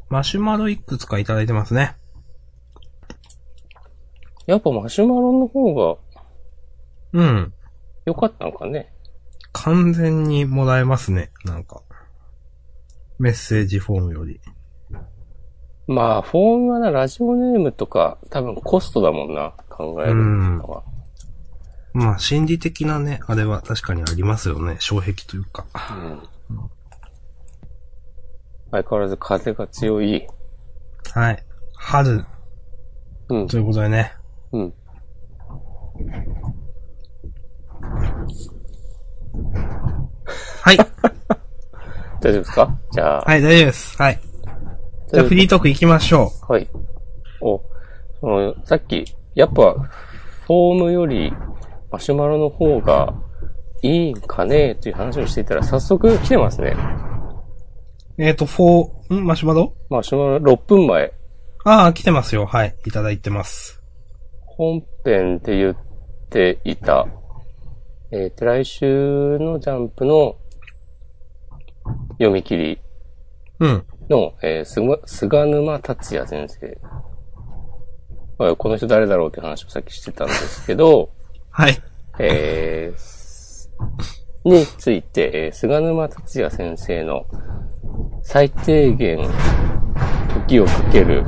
マシュマロいくつかいただいてますね。 やっぱマシュマロの方が、 うん。 良かったのかね。 完全にもらえますね。なんか。メッセージフォームより。 まあ、フォームはな、ラジオネームとか、多分コストだもんな、考えるのは。 まあ、心理的なね、あれは確かにありますよね。障壁というか。 相変わらず風が強い。 はい。春。 うん。 ということでね。 うん。 はい。 大丈夫ですか？じゃあ。 はい、大丈夫です。はい。じゃあフリートーク行きましょう。はい。さっき、やっぱ、フォームよりマシュマロの方がいいんかねという話をしていたら、早速来てますね。 マシュマロ？ マシュマロ6分前。 ああ、来てますよ。はい。いただいてます。 本編で言っていた、来週のジャンプの読み切りの、菅沼達也先生。この人誰だろうって話をさっきしてたんですけど、 はい。 について、菅沼達也先生の最低限時をかける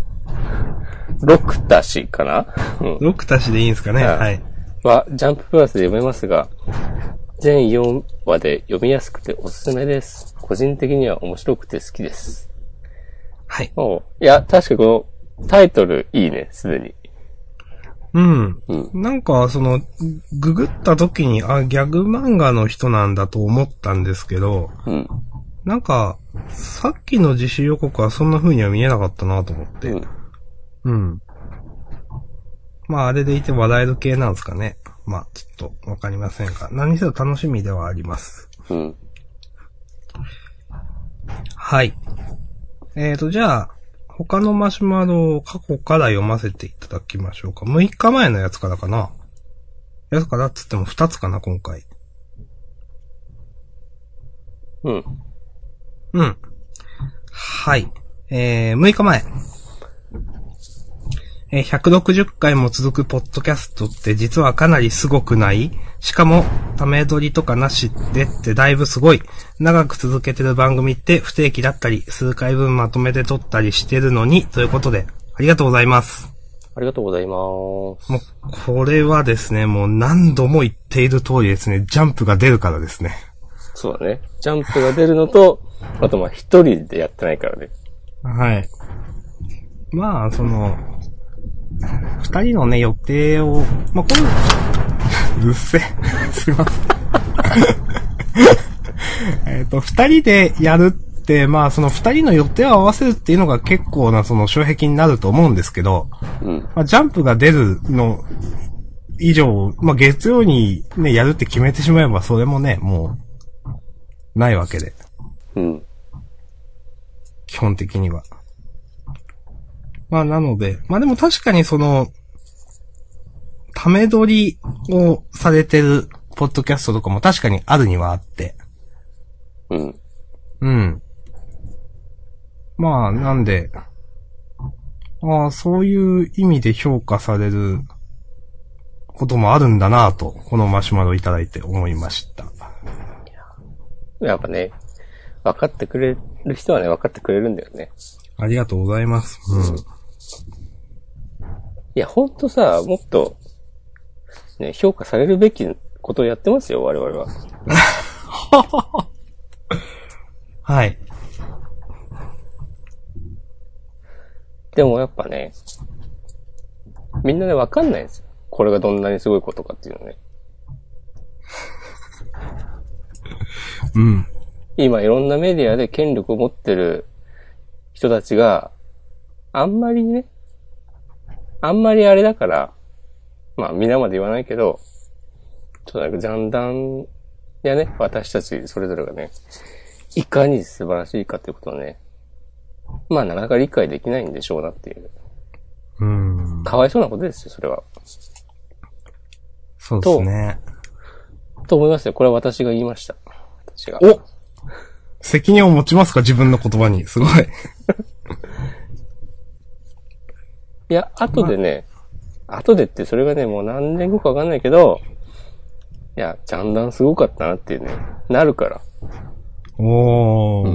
6足しかな、うん、 6足しでいいんですかね。はい。 は、ジャンププラスで読めますが、全4話で読みやすくておすすめです。個人的には面白くて好きです。 はい。 いや、確かこのタイトルいいね、すでに。 うん。なんか、ググった時に、ギャグ漫画の人なんだと思ったんですけど、なんか、さっきの自主予告はそんな風には見えなかったなと思って。まあ、あれでいて笑える系なんですかね。まあ、ちょっとわかりませんが。何せ楽しみではあります。はい。じゃあ、他のマシュマロを過去から読ませていただきましょうか。6日前のやつからかな。やつからっつっても2つかな、今回。はい。6日前。160回も続くポッドキャストって実はかなりすごくない？しかも、ため撮りとかなしでってだいぶすごい。長く続けてる番組って不定期だったり、数回分まとめて撮ったりしてるのに、ということで、ありがとうございます。 ありがとうございます。 もう、これはですね、もう何度も言っている通りですね、ジャンプが出るからですね。 そうだね。ジャンプが出るのと、あと一人でやってないからね。 はい。まあ、二人のね、予定を、まあ、これ、うっせ。すいません。二人でやるって、まあ、二人の予定を合わせるっていうのが結構な障壁になると思うんですけど、まあ、ジャンプが出るの以上、まあ、月曜にね、やるって決めてしまえば、それもね、もう、ないわけで。基本的には。まあなので、まあでも確かにため撮りをされてるポッドキャストとかも確かにあるにはあって。まあなんで、そういう意味で評価されることもあるんだなぁと、このマシュマロいただいて思いました。 やっぱね、分かってくれる人はね、分かってくれるんだよね。 ありがとうございます。 いや、ほんとさ、もっと、ね、評価されるべきことをやってますよ、我々は。 はい。 でもやっぱね、みんなね、わかんないんですよ。これがどんなにすごいことかっていうのね。今いろんなメディアで権力を持ってる人たちが、あんまりあれだから、まあ皆まで言わないけど、ちょっとなんかジャンダンやね、私たちそれぞれがね、いかに素晴らしいかっていうことはね、まあなかなか理解できないんでしょうなっていう。かわいそうなことですよ、それは。 そうですね。 と思いますよ。これは私が言いました。私が。 責任を持ちますか自分の言葉に。すごい。 いや、後でね、後でってそれがね、もう何年後かわかんないけど、いや、ジャンダンすごかったなっていうね、なるから。 おー。うん、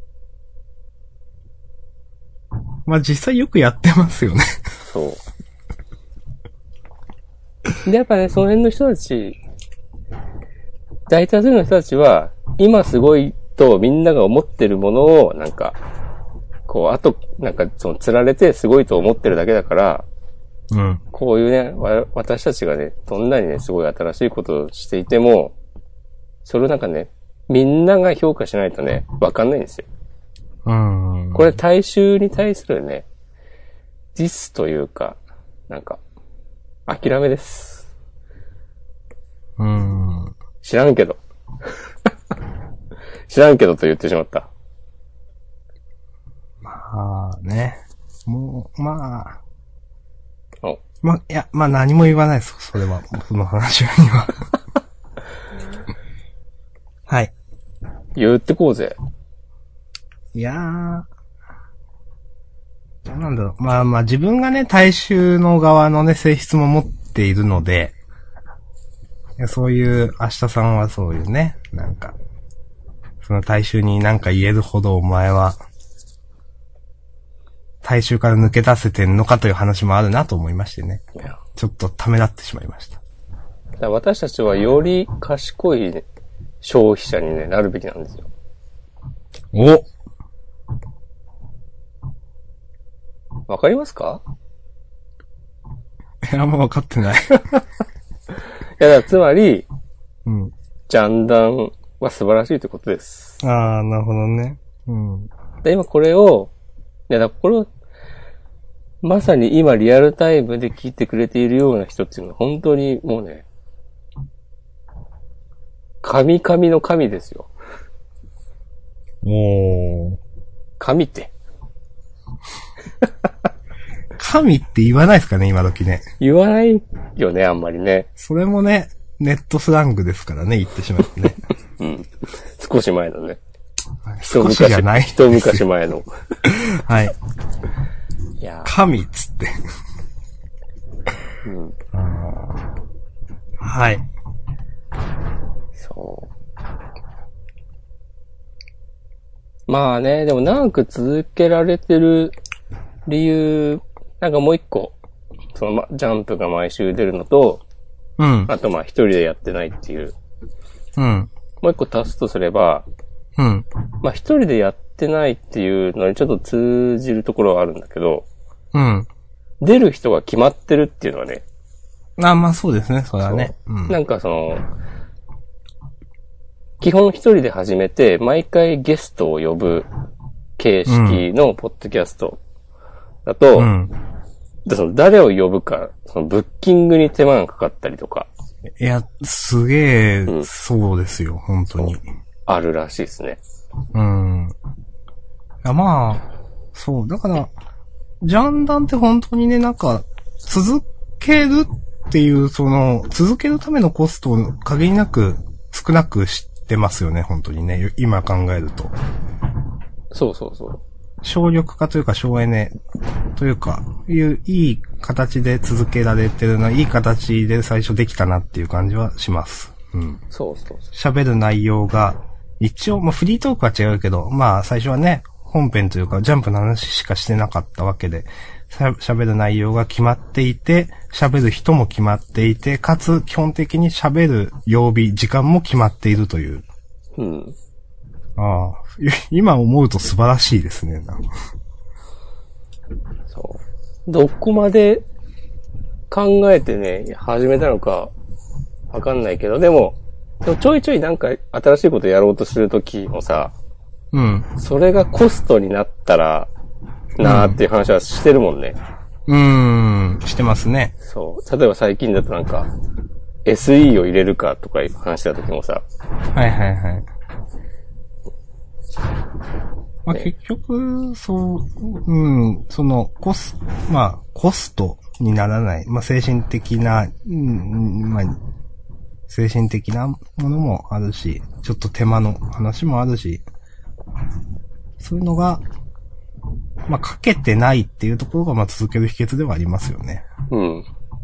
まあ実際よくやってますよね。 そう。で、やっぱね、その辺の人たち、大多数の人たちは、今すごいとみんなが思ってるものを、なんか、こう、あと、なんか、釣られてすごいと思ってるだけだから、 うん。 こういうね、私たちがね、どんなにね、すごい新しいことをしていても、それをなんかね、みんなが評価しないとね、わかんないんですよ。これ大衆に対するね、ディスというか、なんか、諦めです。知らんけど。知らんけどと言ってしまった。 まあね。もう、まあ。いや、まあ何も言わないです。それは。その話には。はい。 言ってこうぜ。 いやー。どうなんだろう。まあまあ自分がね、大衆の側のね、性質も持っているので、そういう、明日さんはそういうね、なんか、その大衆になんか言えるほどお前は、大衆から抜け出せてんのかという話もあるなと思いましてね。ちょっとためらってしまいました。 私たちはより賢い消費者に、ね、なるべきなんですよ。 お！ わかりますか？ あんま分かってない。 いや、つまり、 うん。 ジャンダンは素晴らしいってことです。 ああ、なるほどね。うん。 で、今これを、いや、これを、まさに今リアルタイムで聞いてくれているような人っていうのは本当にもうね、神々の神ですよ。 おー。 神って。 神って言わないですかね、今時ね。 言わないよね、あんまりね。 それもね、ネットスラングですからね、言ってしまってね。 うん。少し前のね。 少しじゃない。 一昔前の。 はい。 いや神っつって。 うん。 はい。 そう。まあね、でも長く続けられてる理由、なんかもう一個、ジャンプが毎週出るのと、 うん。 あと一人でやってないっていう。 うん。 もう一個足すとすれば、 うん。 一人でやってないっていうのにちょっと通じるところはあるんだけど、 うん。 出る人が決まってるっていうのはね。 まあそうですね、それはね。 うん、なんか基本一人で始めて、毎回ゲストを呼ぶ形式のポッドキャストだと、誰を呼ぶか、ブッキングに手間がかかったりとか。 いや、すげえ、そうですよ、本当に。 あるらしいですね。 いや、まあ、そう、だから、ジャンダンって本当にね、なんか、続けるっていう、続けるためのコストを限りなく少なくしてますよね、本当にね、今考えると。 そうそうそう。 省力化というか省エネというか、いい形で続けられてるいい形で最初できたなっていう感じはします。うん。 そうそうそう。 喋る内容が、一応、フリートークは違うけど、最初はね、本編というか、ジャンプの話しかしてなかったわけで、喋る内容が決まっていて、喋る人も決まっていて、かつ、基本的に喋る曜日、時間も決まっているという。 うん。 ああ、今思うと素晴らしいですね。 そう。どこまで考えてね、始めたのか、わかんないけど、でもちょいちょいなんか新しいことやろうとするときもさ、 うん。 それがコストになったらなーっていう話はしてるもんね。 してますね。 そう。例えば最近だとなんか、SE を入れるかとか話したときもさ。 はいはいはい。結局、コストにならない。精神的な、精神的なものもあるし、ちょっと手間の話もあるし、そういうのが、 まあ、かけてないっていうところが、まあ、続ける秘訣ではありますよね。 うん。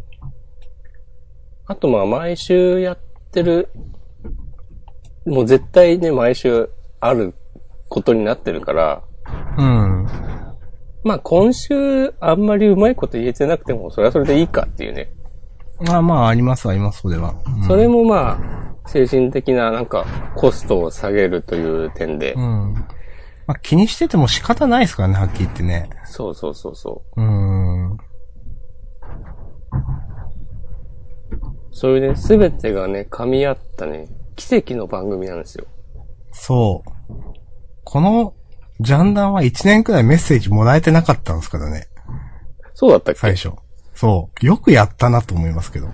あと、まあ、毎週やってる、もう絶対ね、毎週あることになってるから、 うん。 まあ、今週あんまりうまいこと言えてなくても、それはそれでいいかっていうね。 まあ、あります、それは。 うん、それもまあ、精神的ななんか、コストを下げるという点で。 うん。まあ、気にしてても仕方ないですからね、はっきり言ってね。 そうそうそうそう。 そういうね、すべてがね、噛み合ったね、奇跡の番組なんですよ。 そう。この、ジャンダンは1年くらいメッセージもらえてなかったんですからね。 そうだったっけ？ 最初。そう。よくやったなと思いますけど。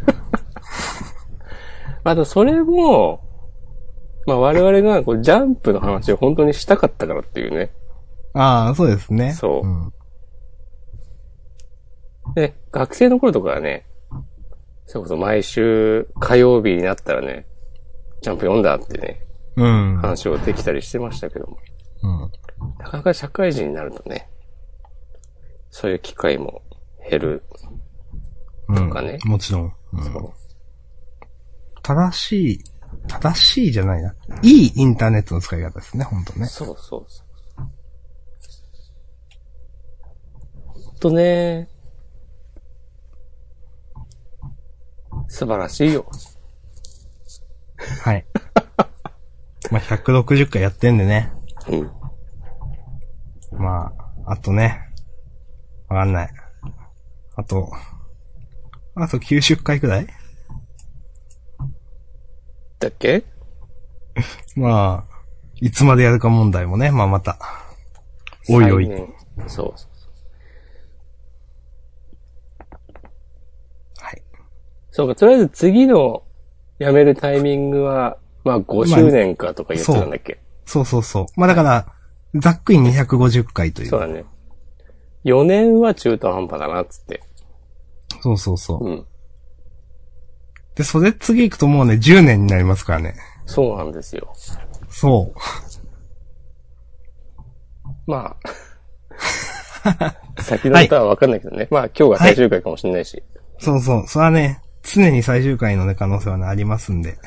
またそれも、まあ我々がこうジャンプの話を本当にしたかったからっていうね。 ああ、そうですね。 そう。うん、で、学生の頃とかはね、それこそ毎週火曜日になったらね、ジャンプ読んだってね、 うん。 話をできたりしてましたけども。うん。なかなか社会人になるとね、そういう機会も減る。とかね。 もちろん。うん、そう。正しいじゃないな。いいインターネットの使い方ですね、ほんとね。 そうそうそう。ほんとね、素晴らしいよ。 はい。まあ、160回やってんでね。 うん。 まあ、あとね。わかんない。あと90回くらいだっけ？ まあ、いつまでやるか問題もね、まあまた。おいおい。 そう。 はい。 そうか、とりあえず次の辞めるタイミングは、まあ5周年かとか言ってたんだっけ？ そう。まあだから、ざっくり250回という。 そうだね。4年は中途半端だな、つって。 そう。うん。で、それ次行くともうね、10年になりますからね。 そうなんですよ。 そう。 まあ。先のことは分かんないけどね。はい、まあ今日が最終回かもしれないし。 はい、そう。それはね、常に最終回のね、可能性はね、ありますんで。よ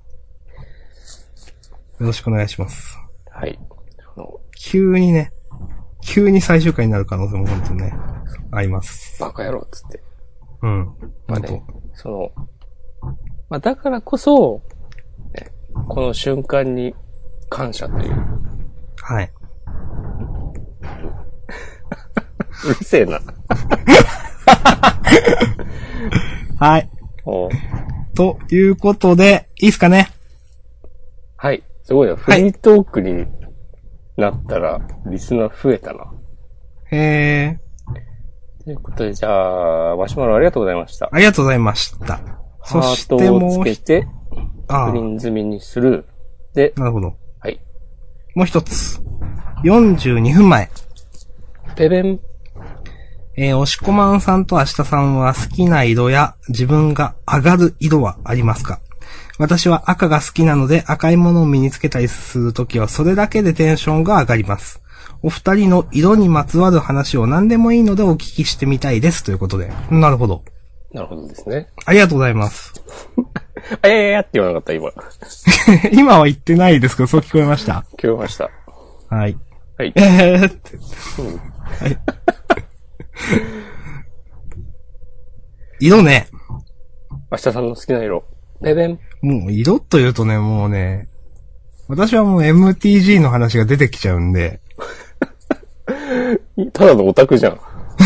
ろしくお願いします。 はい。 急に最終回になる可能性も本当ね、あります。 バカ野郎っつって。 うん。 まあね、まあだからこそ、ね、この瞬間に感謝という。 はい。 うるせえな。 はい。ということで、いいっすかね？ はい。すごいな。フリートークになったら、リスナー増えたな。 へー。ということで、じゃあ、マシュマロありがとうございました。 ありがとうございました。 そしてもうハートをつけて、プリン済みにする。で、 なるほど。 はい。 もう一つ。42分前。 ペベン。 押しこまんさんと明日さんは好きな色や自分が上がる色はありますか？私は赤が好きなので赤いものを身につけたりするときはそれだけでテンションが上がります。お二人の色にまつわる話を何でもいいのでお聞きしてみたいですということで。なるほど。 なるほどですね。 ありがとうございます。 あやややって言わなかった今。 今は言ってないですけど、そう聞こえました。 聞こえました。 はい。 はい。 って。はい。色ね。 明日さんの好きな色。ペベン。 もう色というとね、もうね、私はもう MTG の話が出てきちゃうんで。 ただのオタクじゃん。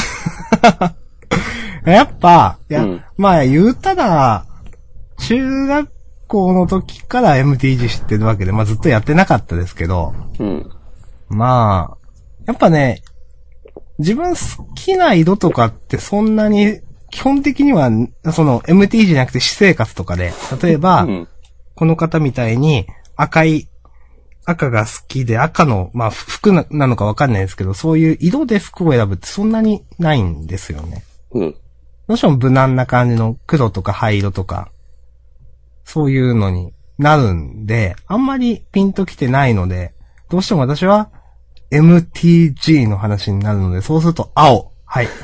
やっぱ、まあ言うたら、中学校の時から MTG 知ってるわけで、まあずっとやってなかったですけど、まあ、やっぱね、自分好きな色とかってそんなに、基本的には、その MT じゃなくて私生活とかで、例えば、この方みたいに赤が好きで赤の、まあ服なのかわかんないですけど、そういう色で服を選ぶってそんなにないんですよね。どうしても無難な感じの黒とか灰色とか、そういうのになるんで、あんまりピンときてないので、どうしても私は MTG の話になるので、そうすると青。はい。い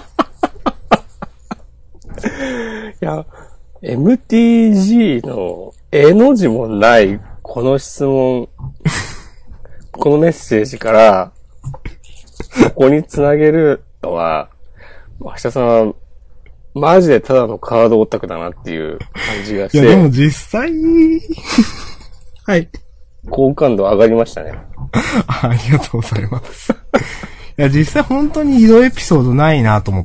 や、MTG の絵の字もないこの質問、このメッセージから、ここにつなげるのは、明日さんは、マジでただのカードオタクだなっていう感じがして。いや、でも実際、はい。 好感度上がりましたね。 ありがとうございます。いや、実際本当に色エピソードないなと思って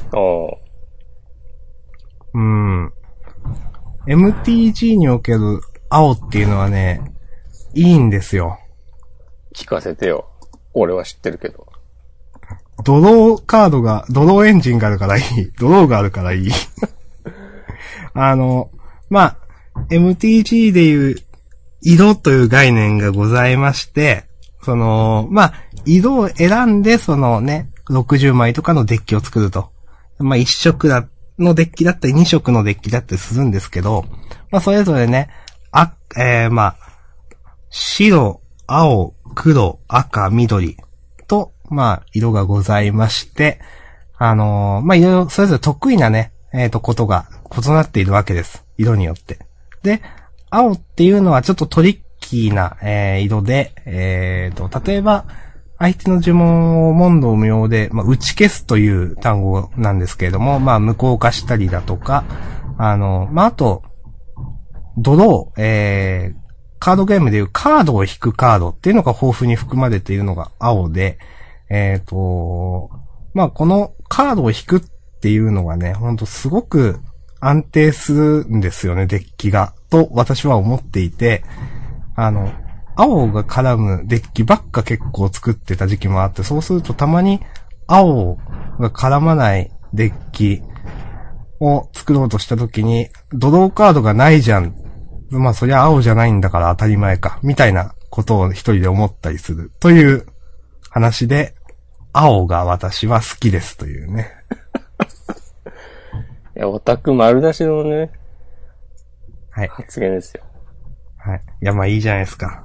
。MTG における青っていうのはね、いいんですよ。 聞かせてよ。俺は知ってるけど。 ドローエンジンがあるからいい。ドローがあるからいい。MTG でいう色という概念がございまして、色を選んで、60枚とかのデッキを作ると。1色のデッキだったり2色のデッキだったりするんですけど、それぞれね、白、青、黒、赤、緑と、色がございまして、いろいろそれぞれ得意なね、ことが異なっているわけです。色によって。で、青っていうのはちょっとトリッキーな、色で、例えば、相手の呪文を問答無用で、打ち消すという単語なんですけれども、無効化したりだとか、あと、ドロー、カードゲームでいうカードを引くカードっていうのが豊富に含まれているのが青で、このカードを引くっていうのがね、ほんとすごく安定するんですよね、デッキが。と私は思っていて、青が絡むデッキばっか結構作ってた時期もあって、そうするとたまに青が絡まないデッキを作ろうとした時に、ドローカードがないじゃん。そりゃ青じゃないんだから当たり前か。みたいなことを一人で思ったりする。という話で、青が私は好きですというね。 いや、オタク丸出しのね、 はい。 発言ですよ。 はい。いや、いいじゃないですか。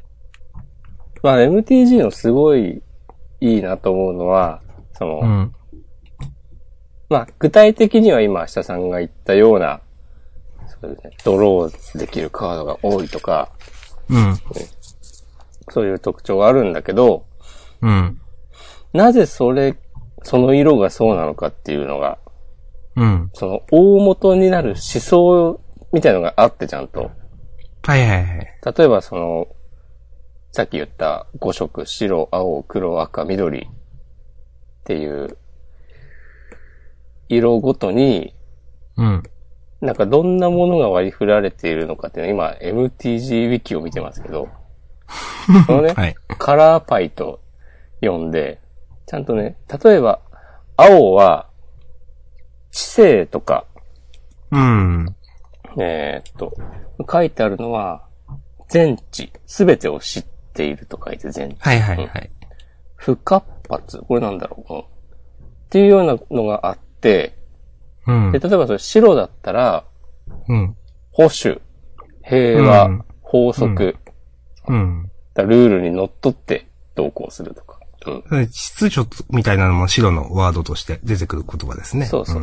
MTG のすごいいいなと思うのは、具体的には今、明日さんが言ったような、そうですね、ドローできるカードが多いとか、そういう特徴があるんだけど、なぜその色がそうなのかっていうのが、その大元になる思想みたいなのがあってちゃんと。 はいはいはい。 例えばさっき言った5色、白、青、黒、赤、緑っていう色ごとに、なんかどんなものが割り振られているのかっていうのは今 MTG ウィキを見てますけど、このね、はい、カラーパイと読んで、ちゃんとね、例えば青は知性とか、書いてあるのは全知、すべてを知っていると書いて全知。 はいはいはい。 不活発、これなんだろう、っていうようなのがあって、で、例えば白だったら、保守、平和、法則、ルールにのっとって同行するとか。 秩序みたいなのも白のワードとして出てくる言葉ですね。 そう。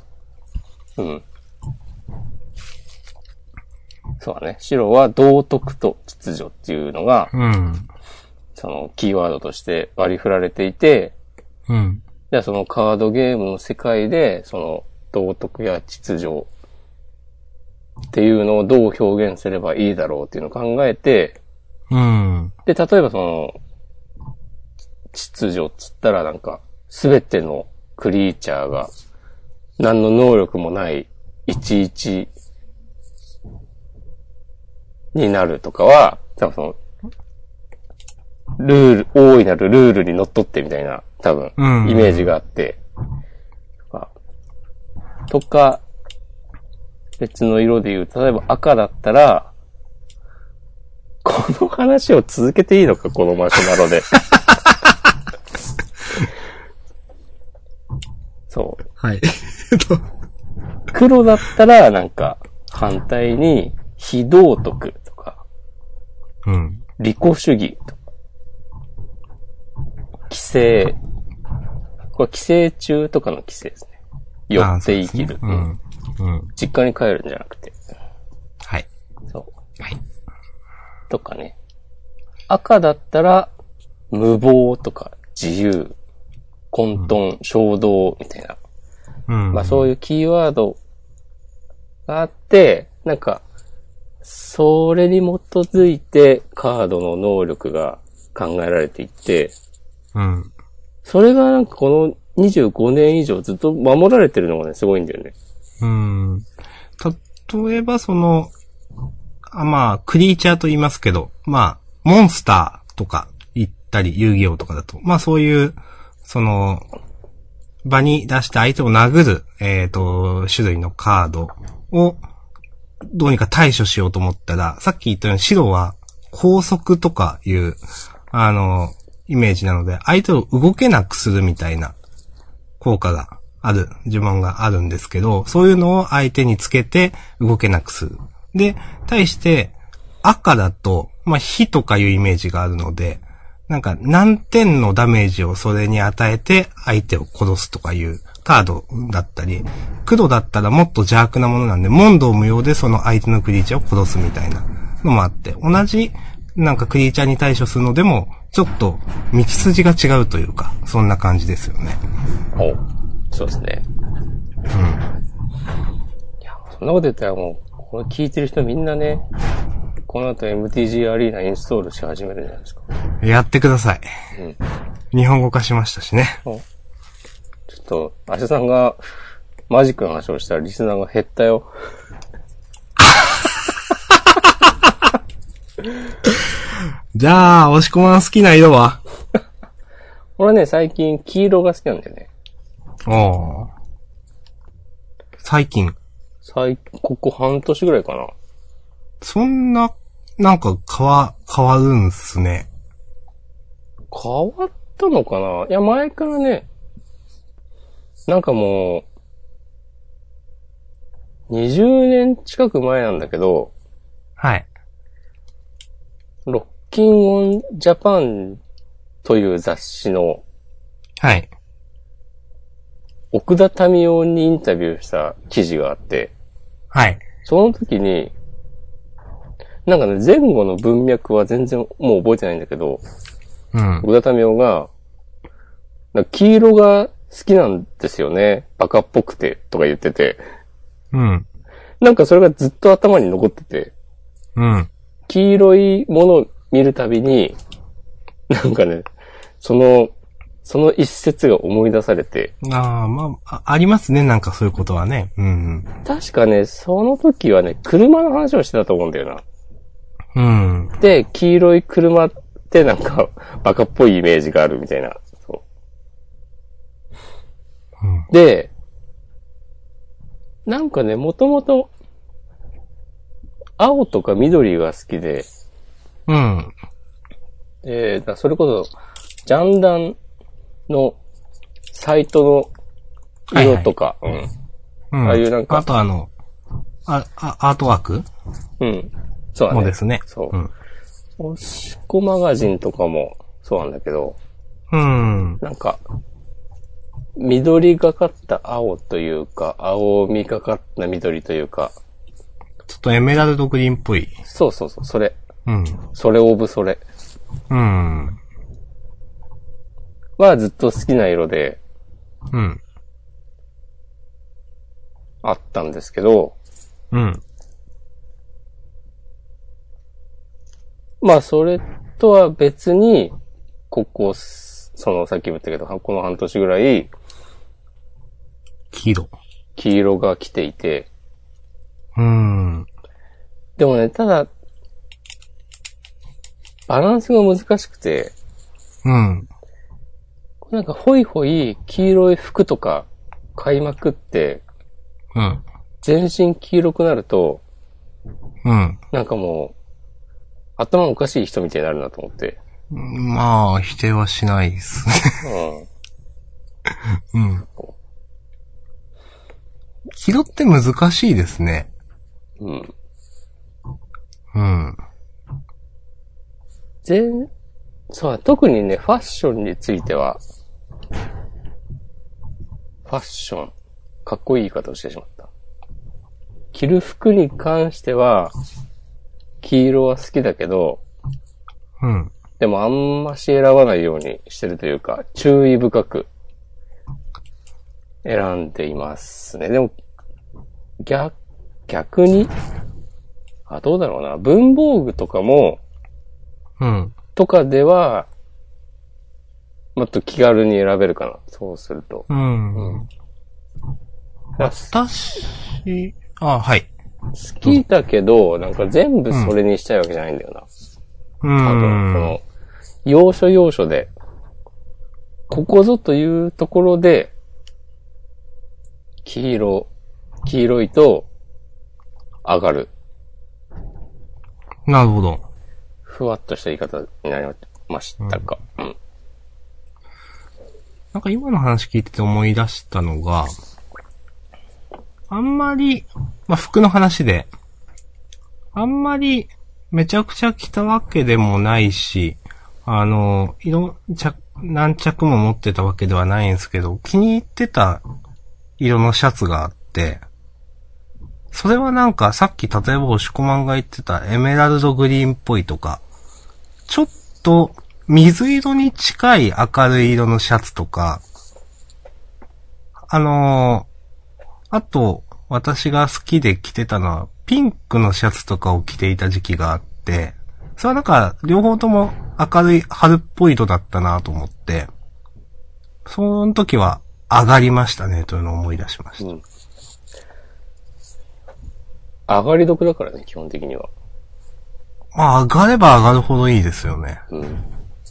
そうだね。白は道徳と秩序っていうのが、そのキーワードとして割り振られていて、じゃあそのカードゲームの世界で、その道徳や秩序っていうのをどう表現すればいいだろうっていうのを考えて、で、例えばその、秩序っつったらなんか、すべてのクリーチャーが、何の能力もない11になるとかは、多分その、大いなるルールにのっとってみたいな、多分、イメージがあって、とか、別の色で言う、例えば赤だったら、この話を続けていいのか、このマシュマロで。そう。 はい。 黒だったら、なんか、反対に、非道徳とか、利己主義とか、 これ寄生虫とかの寄生ですね。寄って生きる。うん。実家に帰るんじゃなくて。 はい。 そう。 はい。 とかね。赤だったら、無謀とか、自由、混沌、衝動、みたいな。まあそういうキーワードがあって、なんか、それに基づいてカードの能力が考えられていって、それがなんかこの25年以上ずっと守られてるのがね、すごいんだよね。 例えばまあ、クリーチャーと言いますけど、まあ、モンスターとか言ったり、遊戯王とかだと、まあそういう、場に出して相手を殴る、種類のカードを、どうにか対処しようと思ったら、さっき言ったように白は拘束とかいう、イメージなので、相手を動けなくするみたいな効果がある、呪文があるんですけど、そういうのを相手につけて動けなくする。で、対して赤だと、まあ、火とかいうイメージがあるので、なんか何点のダメージをそれに与えて相手を殺すとかいうカードだったり、黒だったらもっと邪悪なものなんで、問答無用でその相手のクリーチャーを殺すみたいなのもあって、同じなんかクリーチャーに対処するのでも、ちょっと道筋が違うというか、そんな感じですよね。 そうですね。いや、そんなこと言ったらもう、これ聞いてる人みんなね、この後 MTG アリーナインストールし始めるんじゃないですか。 やってください。日本語化しましたしね。 ちょっと、アシャさんがマジックの話をしたらリスナーが減ったよ。 じゃあ、押し込まん好きな色は俺ね、最近黄色が好きなんだよね。 最近。 ここ半年ぐらいかな。 そんな、なんか変わるんすね。 変わったのかな？いや、前からね、なんかもう、20年近く前なんだけど、 はい。 ロッキンオンジャパンという雑誌の、 はい。 奥田民生にインタビューした記事があって、 はい。 その時に、なんかね、前後の文脈は全然もう覚えてないんだけど、奥田民生が、黄色が好きなんですよね。バカっぽくて、とか言ってて。なんかそれがずっと頭に残ってて。黄色いものを見るたびに、なんかね、その一節が思い出されて。 まあ、ありますね、なんかそういうことはね。 確かね、その時はね、車の話をしてたと思うんだよな。で、黄色い車ってなんか、バカっぽいイメージがあるみたいな。そう。で、なんかね、もともと、青とか緑が好きで、それこそ、ジャンダンのサイトの色とか、ああいうなんか。 あとアートワークそうだね。 もですね。 そう。おしこマガジンとかもそうなんだけど、なんか、緑がかった青というか、青みがかった緑というか、 ちょっとエメラルドグリーンっぽい。 そう、それ。それオブそれ。はずっと好きな色で、あったんですけど、まあ、それとは別に、さっきも言ったけど、この半年ぐらい、 黄色が来ていて、でもね、ただ、バランスが難しくて、なんかホイホイ黄色い服とか買いまくって、全身黄色くなると、なんかもう、頭おかしい人みたいになるなと思って。 まあ、否定はしないですね。黄色って難しいですね。 そう、特にね、ファッションについては、ファッション、かっこいい言い方をしてしまった。着る服に関しては、黄色は好きだけど、 うん。 でもあんまし選ばないようにしてるというか、注意深く選んでいますね。でも、逆に、どうだろうな。文房具とかも、 うん。 とかでは、もっと気軽に選べるかな。そうすると。 うん。私、はい。 好きだけど、なんか全部それにしたいわけじゃないんだよな。多分、この、要所要所で、ここぞというところで、黄色いと、上がる。 なるほど。 ふわっとした言い方になりましたか。うん。 なんか今の話聞いてて思い出したのが、あんまり、服の話で、あんまりめちゃくちゃ着たわけでもないし、何着も持ってたわけではないんですけど、気に入ってた色のシャツがあって、それはなんかさっき例えば押し込まんが言ってたエメラルドグリーンっぽいとか、ちょっと水色に近い明るい色のシャツとか、あと私が好きで着てたのはピンクのシャツとかを着ていた時期があって、それはなんか両方とも明るい春っぽい色だったなと思って、その時は上がりましたねというのを思い出しました。 上がり得だからね、基本的には。 上がれば上がるほどいいですよね。 うん。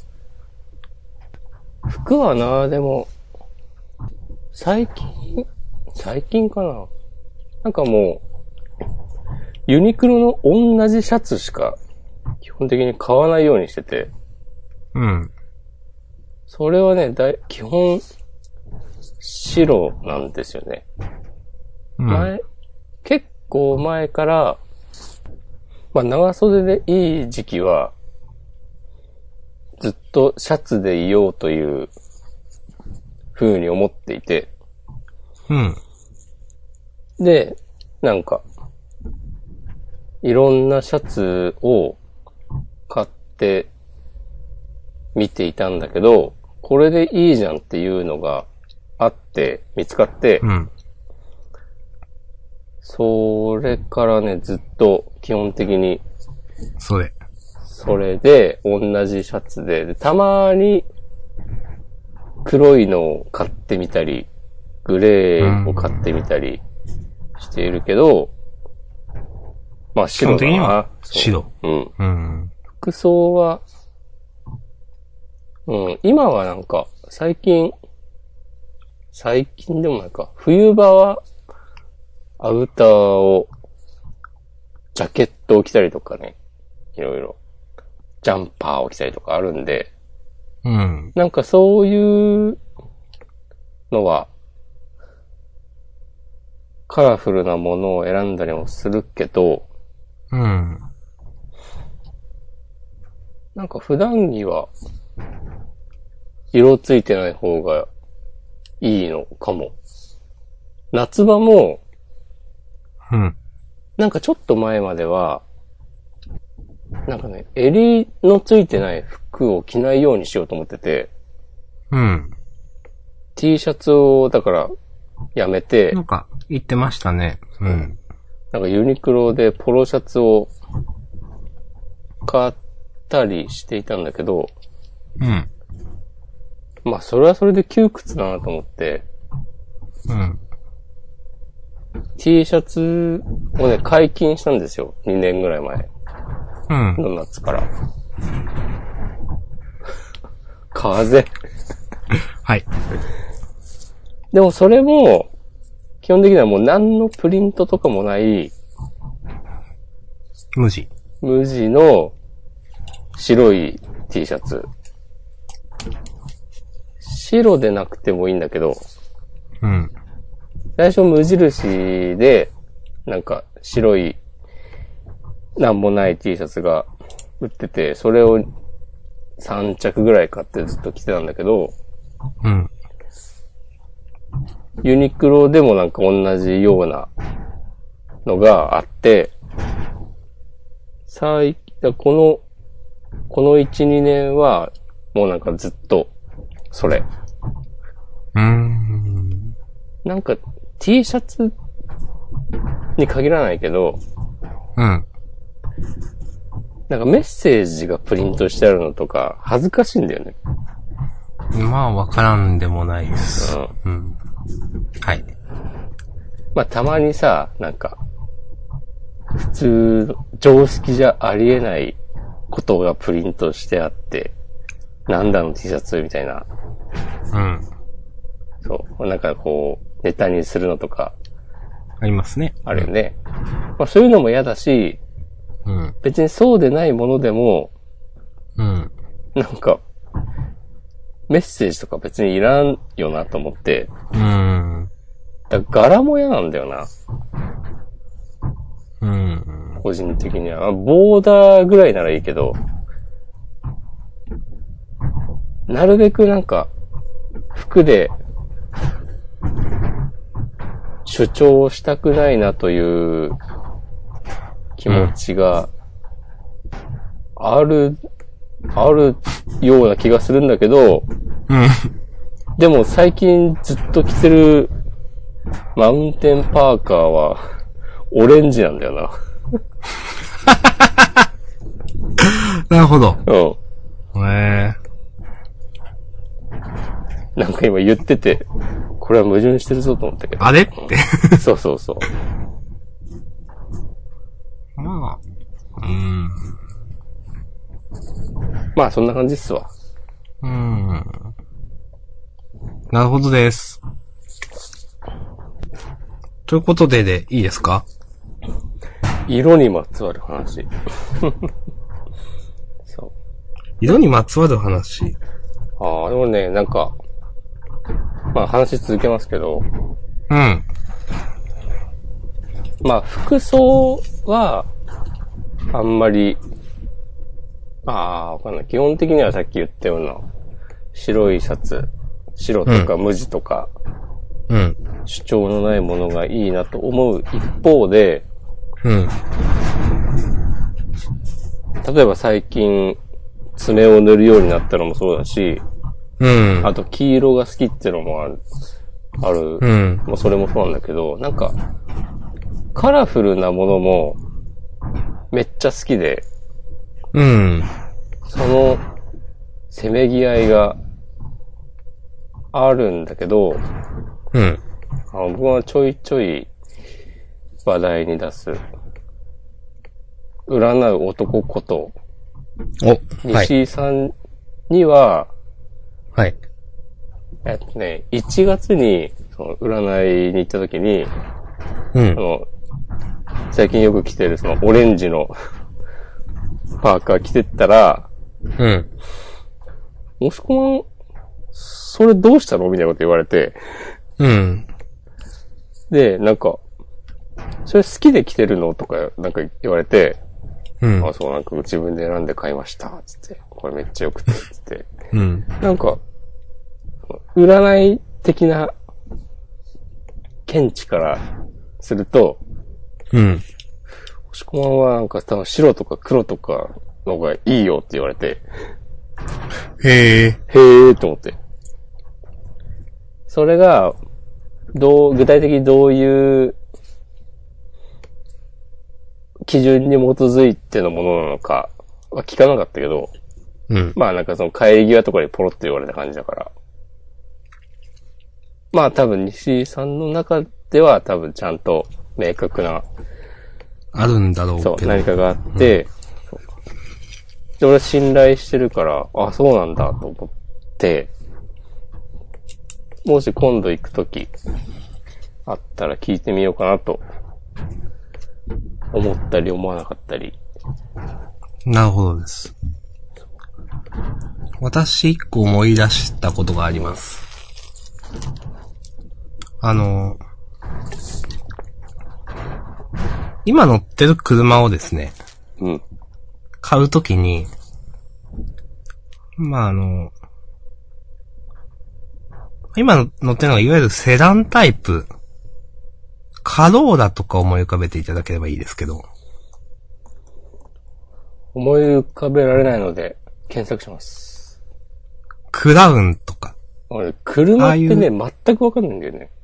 服はな、でも、最近かな。なんかもう、ユニクロの同じシャツしか、基本的に買わないようにしてて。 うん。 それはね、基本、白なんですよね。 うん。 結構前から、長袖でいい時期は、ずっとシャツでいようという風に思っていて。 うん。 で、なんか、いろんなシャツを買って見ていたんだけど、これでいいじゃんっていうのがあって、見つかって、 うん。 それからね、ずっと基本的に、それで同じシャツで、たまに黒いのを買ってみたり、グレーを買ってみたりしているけど、白だな。基本的には白。 うん。服装は、今はなんか、最近でもないか、冬場は、アウターを、ジャケットを着たりとかね、いろいろ、ジャンパーを着たりとかあるんで、 うん。 なんかそういうのは、カラフルなものを選んだりもするけど、 うん。 なんか普段着は、色ついてない方がいいのかも。夏場も、 うん。 なんかちょっと前までは、なんかね、襟のついてない服を着ないようにしようと思ってて、 うん。 T シャツを、だから、やめて、 なんか、言ってましたね。うん。 なんかユニクロでポロシャツを買ったりしていたんだけど、 うん。 それはそれで窮屈だなと思って、 うん。 T シャツをね、解禁したんですよ。2年ぐらい前。 うん。 の夏から。風。 はい。 でもそれも、基本的にはもう何のプリントとかもない、無地の白い T シャツ。白でなくてもいいんだけど、 うん。 最初無印で、なんか白い、なんもない T シャツが売ってて、それを 3着ぐらい買ってずっと着てたんだけど、 うん。 ユニクロでもなんか同じようなのがあって、この1、2年は、もうなんかずっと、それ。なんか T シャツに限らないけど、 うん。 なんかメッセージがプリントしてあるのとか、恥ずかしいんだよね。 まあ、わからんでもないです。うん。はい。 まあ、たまにさ、なんか、普通、常識じゃありえないことがプリントしてあって、なんだの T シャツみたいな。 うん。 そう。なんかこう、ネタにするのとか。 ありますね。 あるよね。まあそういうのも嫌だし、 うん。 別にそうでないものでも、 うん。 なんか、メッセージとか別にいらんよなと思って。だから柄も嫌なんだよな。個人的には。ボーダーぐらいならいいけど、なるべくなんか、服で、主張したくないなという気持ちがあるような気がするんだけど、でも最近ずっと着てるマウンテンパーカーはオレンジなんだよな。 なるほど。 うん。なんか今言ってて、これは矛盾してるぞと思ったけど。 あれって。 そうそうそう。 まあ。 まあそんな感じっすわ。 なるほどです。ということでいいですか？ 色にまつわる話。そう。 色にまつわる話。 ああ、でもね、なんか、まあ話続けますけど。 うん。 まあ服装は、あんまり、わかんない。基本的にはさっき言ったような、白いシャツ、白とか無地とか、主張のないものがいいなと思う一方で、例えば最近、爪を塗るようになったのもそうだし、あと黄色が好きっていうのもある。もうそれもそうなんだけど、なんか、カラフルなものも、めっちゃ好きで、その、せめぎ合いがあるんだけど、僕はちょいちょい話題に出す、占う男こと、西井さんには、 はい。 1月に、その占いに行った時に、最近よく着てるそのオレンジのパーカー着てったら、もしこまん、それどうしたのみたいなこと言われて、で、なんか、それ好きで着てるのとか、なんか言われて、そう、なんか自分で選んで買いました、つって。これめっちゃ良くて、つって。なんか、占い的な見地からすると、押し込まんはなんか多分白とか黒とかの方がいいよって言われて、へーと思って。それが、具体的にどういう基準に基づいてのものなのかは聞かなかったけど、まあなんかその帰り際とかにポロって言われた感じだから。まあ多分西井さんの中では多分ちゃんと明確な。 あるんだろうけど。 そう、何かがあって、で、俺は信頼してるから、あ、そうなんだと思って、もし今度行くとき、あったら聞いてみようかなと、思ったり思わなかったり。 なるほどです。私一個思い出したことがあります。今乗ってる車をですね、買うときに、 まあ今乗ってるのがいわゆるセダンタイプ。カローラとか思い浮かべていただければいいですけど。 思い浮かべられないので、検索します。 クラウンとか。 俺、車ってね、全くわかんないんだよね。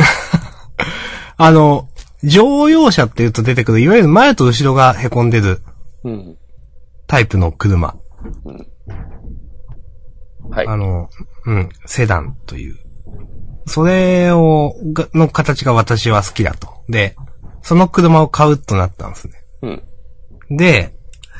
乗用車って言うと出てくる、いわゆる前と後ろが凹んでる。 うん。 タイプの車。 うん。はい。 セダンという。それの形が私は好きだと。で、その車を買うとなったんですね。 うん。 で、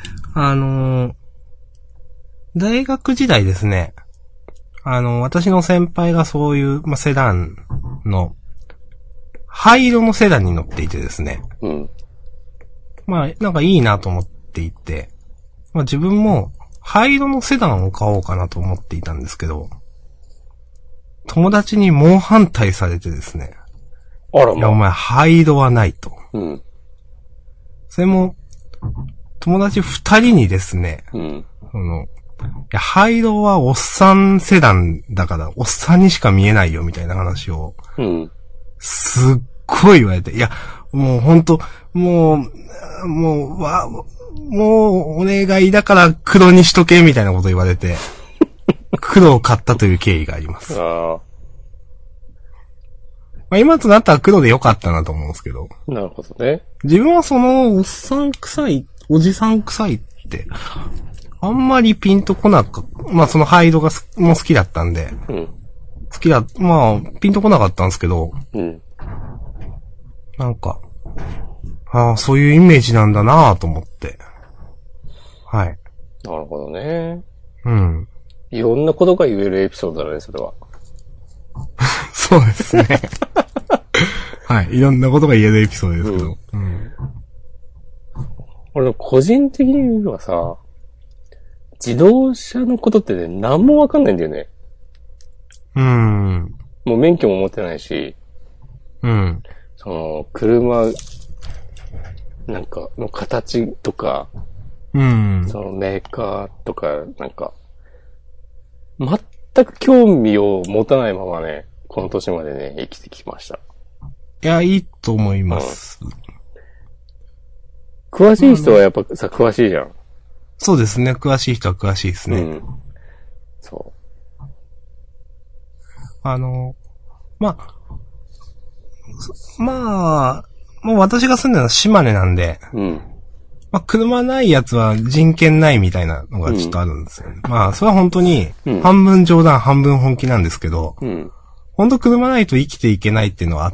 大学時代ですね、私の先輩がそういう、セダンの、灰色のセダンに乗っていてですね。 うん。 なんかいいなと思っていて、自分も灰色のセダンを買おうかなと思っていたんですけど、友達に猛反対されてですね。 あらまあ。 いや、お前灰色はないと。 うん。 それも、友達二人にですね、 うん。 灰色はおっさんセダンだから、おっさんにしか見えないよみたいな話を、 うん。 すっごい言われて、いや、もうほんと、もうお願いだから黒にしとけみたいなこと言われて、黒を買ったという経緯があります。今となったら黒で良かったなと思うんですけど。 なるほどね。 自分はその、おっさん臭い、おじさん臭いって、あんまりピンとこなかった。その灰色がもう好きだったんで。 うん。 ピンとこなかったんですけど。 うん。 なんか、そういうイメージなんだなぁと思って。はい。 なるほどね。 うん。 いろんなことが言えるエピソードだね、それは。 そうですね。はい。いろんなことが言えるエピソードですけど。うん。 俺、個人的に言うのはさ、自動車のことってね、何もわかんないんだよね。もう免許も持ってないし、 うん。 その、車、なんか、の形とか、 うん。 そのメーカーとか、なんか、全く興味を持たないままね、この年までね、生きてきました。 いや、いいと思います。 詳しい人はやっぱさ、詳しいじゃん。 そうですね。詳しい人は詳しいですね。 うん。そう。 もう私が住んでるのは島根なんで、 うん。 車ないやつは人権ないみたいなのがちょっとあるんですよね。それは本当に、半分冗談、半分本気なんですけど、本当車ないと生きていけないっていうのはあって、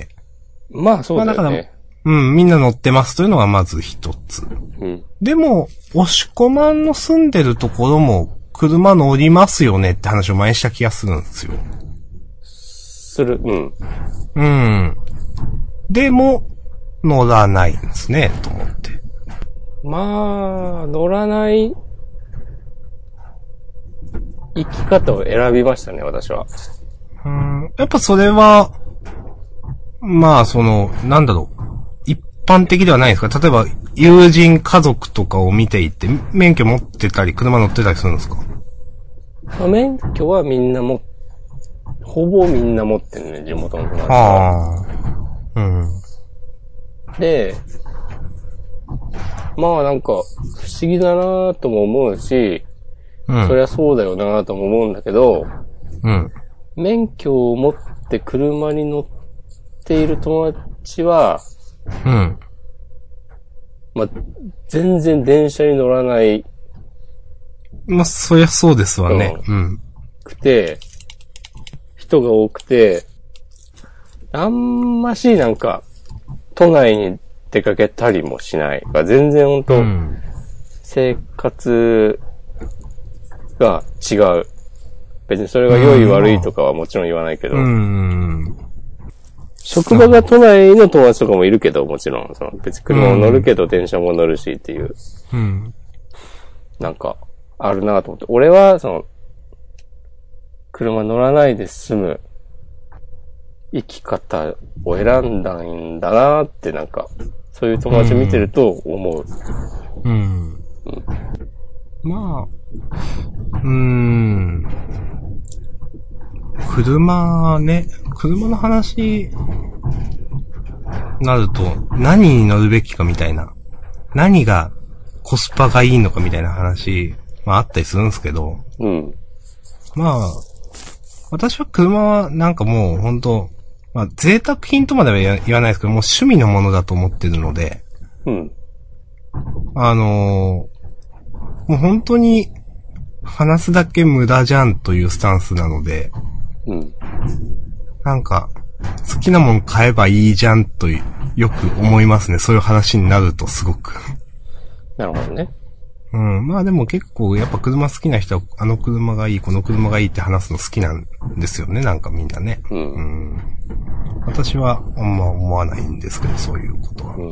そうだよね。だから、 みんな乗ってますというのがまず一つ。でも、押し込まんの住んでるところも、車乗りますよねって話を前にした気がするんですよ。でも、乗らないんですね、と思って。 乗らない生き方を選びましたね、私は。 やっぱそれは、なんだろう。一般的ではないですか？例えば、友人、家族とかを見ていて、免許持ってたり、車乗ってたりするんですか？ 免許はみんなほぼみんな持ってるね、地元の友達は。で、なんか、不思議だなとも思うし、そりゃそうだよなとも思うんだけど、免許を持って車に乗っている友達は、全然電車に乗らない。 そりゃそうですわね。 人が多くて、あんましなんか、都内に出かけたりもしない。全然本当、生活が違う。別にそれが良い悪いとかはもちろん言わないけど。職場が都内の友達とかもいるけど、もちろん。別に車も乗るけど電車も乗るしっていう。なんか、あるなと思って。俺は、車乗らないで済む生き方を選んだんだなってなんか、そういう友達を見てると思う。 車ね、車の話、なると、何に乗るべきかみたいな。何がコスパがいいのかみたいな話、まああったりするんですけど。 うん。 まあ、私は車はなんかもう本当まあ贅沢品とまでは言わないですけど、もう趣味のものだと思ってるので。 うん。 もう本当に話すだけ無駄じゃんというスタンスなので。 うん。 なんか、好きなもん買えばいいじゃんとよく思いますね。そういう話になるとすごく。 なるほどね。 うん。まあでも結構やっぱ車好きな人はあの車がいい、この車がいいって話すの好きなんですよね。なんかみんなね。 うん。 私はあんま思わないんですけど、そういうことは。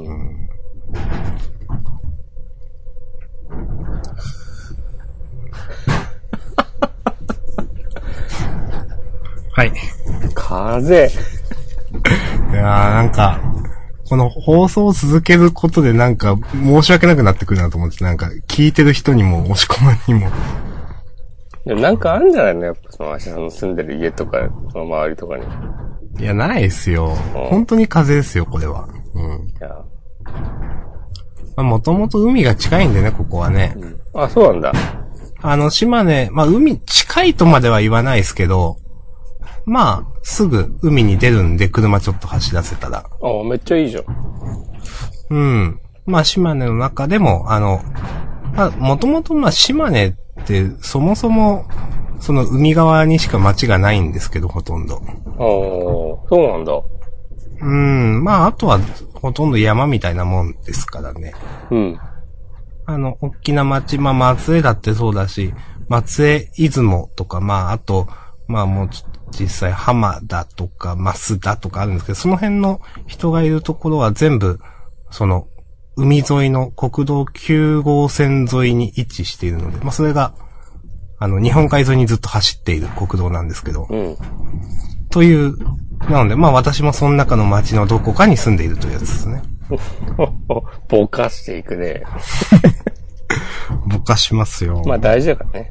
はい。 風。 いやーなんか、この放送を続けることでなんか申し訳なくなってくるなと思って、なんか聞いてる人にも押し込まにも。 でもなんかあるんじゃないのやっぱその足さんの住んでる家とか、その周りとかに。 いや、ないですよ。本当に風ですよ、これは。うん。いや。まあ、もともと海が近いんでね、ここはね。 うん、あ、そうなんだ。 島根、まあ、海近いとまでは言わないですけど、まあ、すぐ海に出るんで、車ちょっと走らせたら。 あ、めっちゃいいじゃん。 うん。まあ、島根の中でも、まあ、もともとまあ、島根って、そもそも、その海側にしか町がないんですけど、ほとんど。 ああ、そうなんだ。 まあ、あとは、ほとんど山みたいなもんですからね。 うん。 大きな町、まあ、松江だってそうだし、松江出雲とか、まあ、あと、まあ、もう実際浜田とか、増田とかあるんですけど、その辺の人がいるところは全部、その、海沿いの国道9号線沿いに位置しているので、まあ、それが、日本海沿いにずっと走っている国道なんですけど、という、なので、まあ私もその中の町のどこかに住んでいるというやつですね。 ぼかしていくね。 ぼかしますよ。 まあ大事だからね。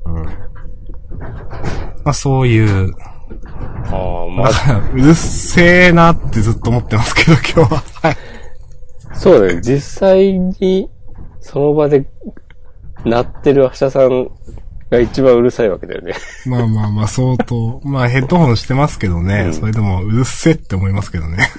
まあそういう、 まあ、 うるせえなってずっと思ってますけど、今日は。はい。 そうだよ。実際に、その場で、鳴ってる明日さんが一番うるさいわけだよね。 まあまあまあ、相当。まあヘッドホンしてますけどね。それでも、うるせえって思いますけどね。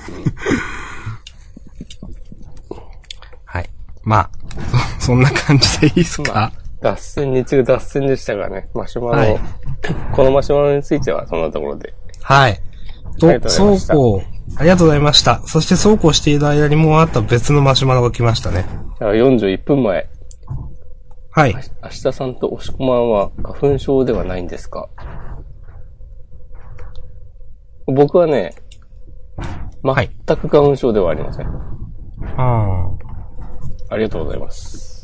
はい。まあ、そんな感じでいいですか、まあ、 脱線に次ぐ脱線でしたがね。マシュマロ、はい、このマシュマロについてはそんなところで。 はい。そうこう、ありがとうございました。そしてそうこうしている間にもうあった別のマシュマロが来ましたね。 41分前。 はい。 明日さんと押し込まんは花粉症ではないんですか？僕はね、全く花粉症ではありません。ありがとうございます。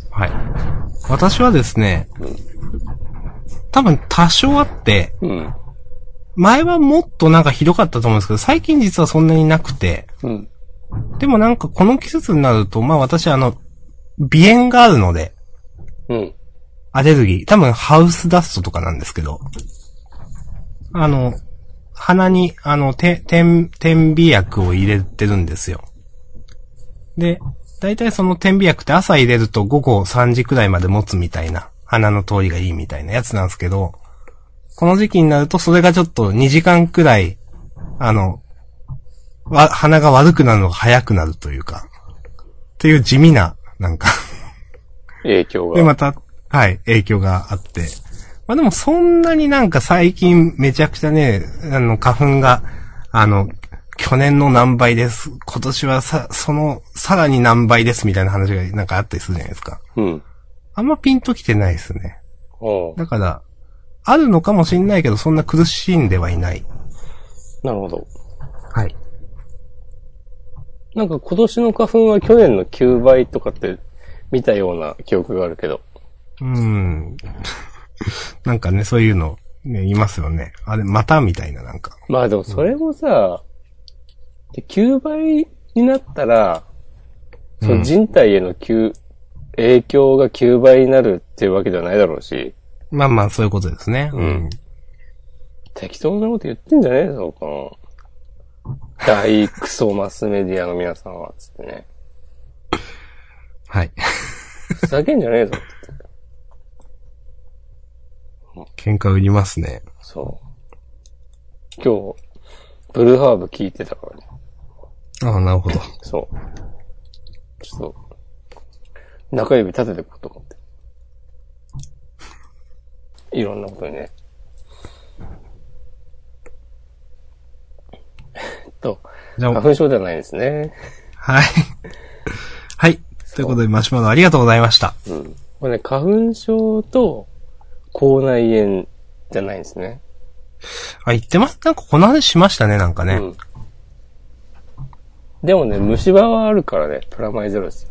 はい。私はですね、多分多少あって、前はもっとなんかひどかったと思うんですけど、最近実はそんなになくて、でもなんかこの季節になると、まあ私鼻炎があるので、アレルギー。多分ハウスダストとかなんですけど。鼻に、点鼻薬を入れてるんですよ。で、だいたいその点鼻薬って朝入れると午後3時くらいまで持つみたいな、鼻の通りがいいみたいなやつなんですけど、この時期になるとそれがちょっと2時間くらい、鼻が悪くなるのが早くなるというか、っていう地味な、なんか影響が。 で、また、はい、影響があって。まあでもそんなになんか最近めちゃくちゃね、花粉が、去年の何倍です。今年はさらに何倍ですみたいな話がなんかあったりするじゃないですか。あんまピンときてないですね。だから、あるのかもしんないけど、そんな苦しんではいない。 なるほど。 はい。 なんか今年の花粉は去年の9倍とかって見たような記憶があるけど。 なんかね、そういうの、ね、言いますよね。あれ、またみたいな、なんか。 まあでもそれもさ、9倍になったら、その人体への影響が9倍になるっていうわけではないだろうし。 まあまあ、そういうことですね。 うん。適当なこと言ってんじゃねえぞ、この、大クソマスメディアの皆さんは、つってね。 はい。 ふざけんじゃねえぞ、って言って。喧嘩売りますね。 そう。今日、ブルーハーブ聞いてたからね。 ああ、なるほど。 そう。ちょっと、中指立ててこうと思って。いろんなことにね。花粉症ではないですね。 はい。はい。ということで、マシュマロありがとうございました。 うん。これね、花粉症と口内炎じゃないんですね。 あ、言ってます。なんかこの話しましたね、なんかね。うん。 でもね、虫歯はあるからね、プラマイゼロですよ。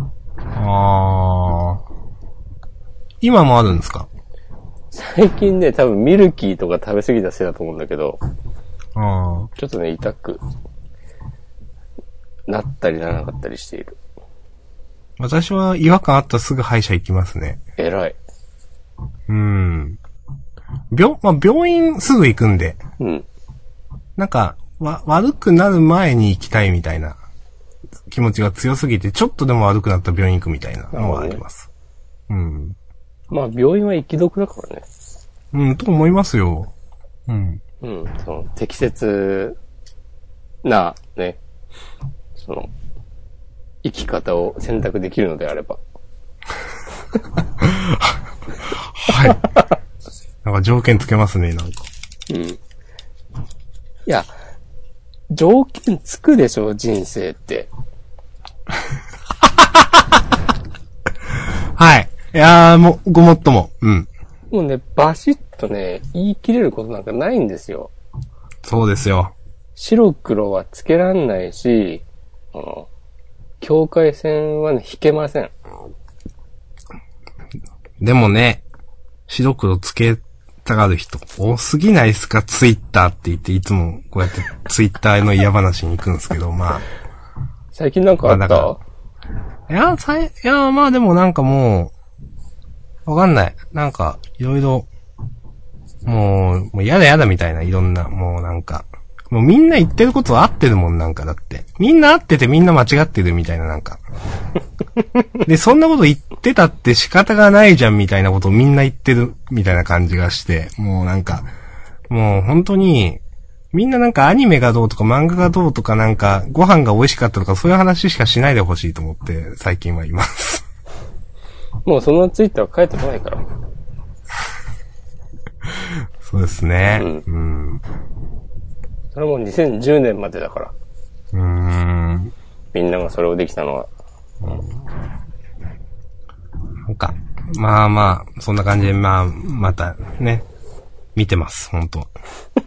あー。今もあるんですか？ 最近ね、多分ミルキーとか食べ過ぎたせいだと思うんだけど、ちょっとね、痛くなったりならなかったりしている。 私は違和感あったらすぐ歯医者行きますね。 偉い。 病院すぐ行くんで。 うん。 なんか、悪くなる前に行きたいみたいな気持ちが強すぎて、ちょっとでも悪くなったら病院行くみたいなのはあります。うん。 まあ、病院は行き得だからね。 うん、と思いますよ。うん。 うん、その、適切な、ね、その、生き方を選択できるのであれば。 はい。なんか条件つけますね、なんか。 うん。いや、条件つくでしょ、人生って。 はい。いやー、もっとも。うん。 もうね、バシッとね、言い切れることなんかないんですよ。 そうですよ。 白黒はつけらんないし、境界線はね、引けません。 でもね、白黒つけたがる人多すぎないですか？ツイッターって言っていつもこうやってツイッターの嫌話に行くんですけど、まあ。 最近なんかあった？ いや、まあでもなんかもう、わかんない。なんか、いろいろ、もうやだみたいな、いろんな、もうなんか、もうみんな言ってることは合ってるもんなんかだって。みんな合っててみんな間違ってるみたいななんか。で、そんなこと言ってたって仕方がないじゃんみたいなことをみんな言ってるみたいな感じがして、もうなんか、もう本当に、みんななんかアニメがどうとか漫画がどうとかなんかご飯が美味しかったとかそういう話しかしないでほしいと思って最近はいます。 もうそのツイッターは返ってこないから。 そうですね。 うん。それも2010年までだから。みんながそれをできたのは。 なんか、まあまあ、そんな感じで、まあ、またね、見てます、本当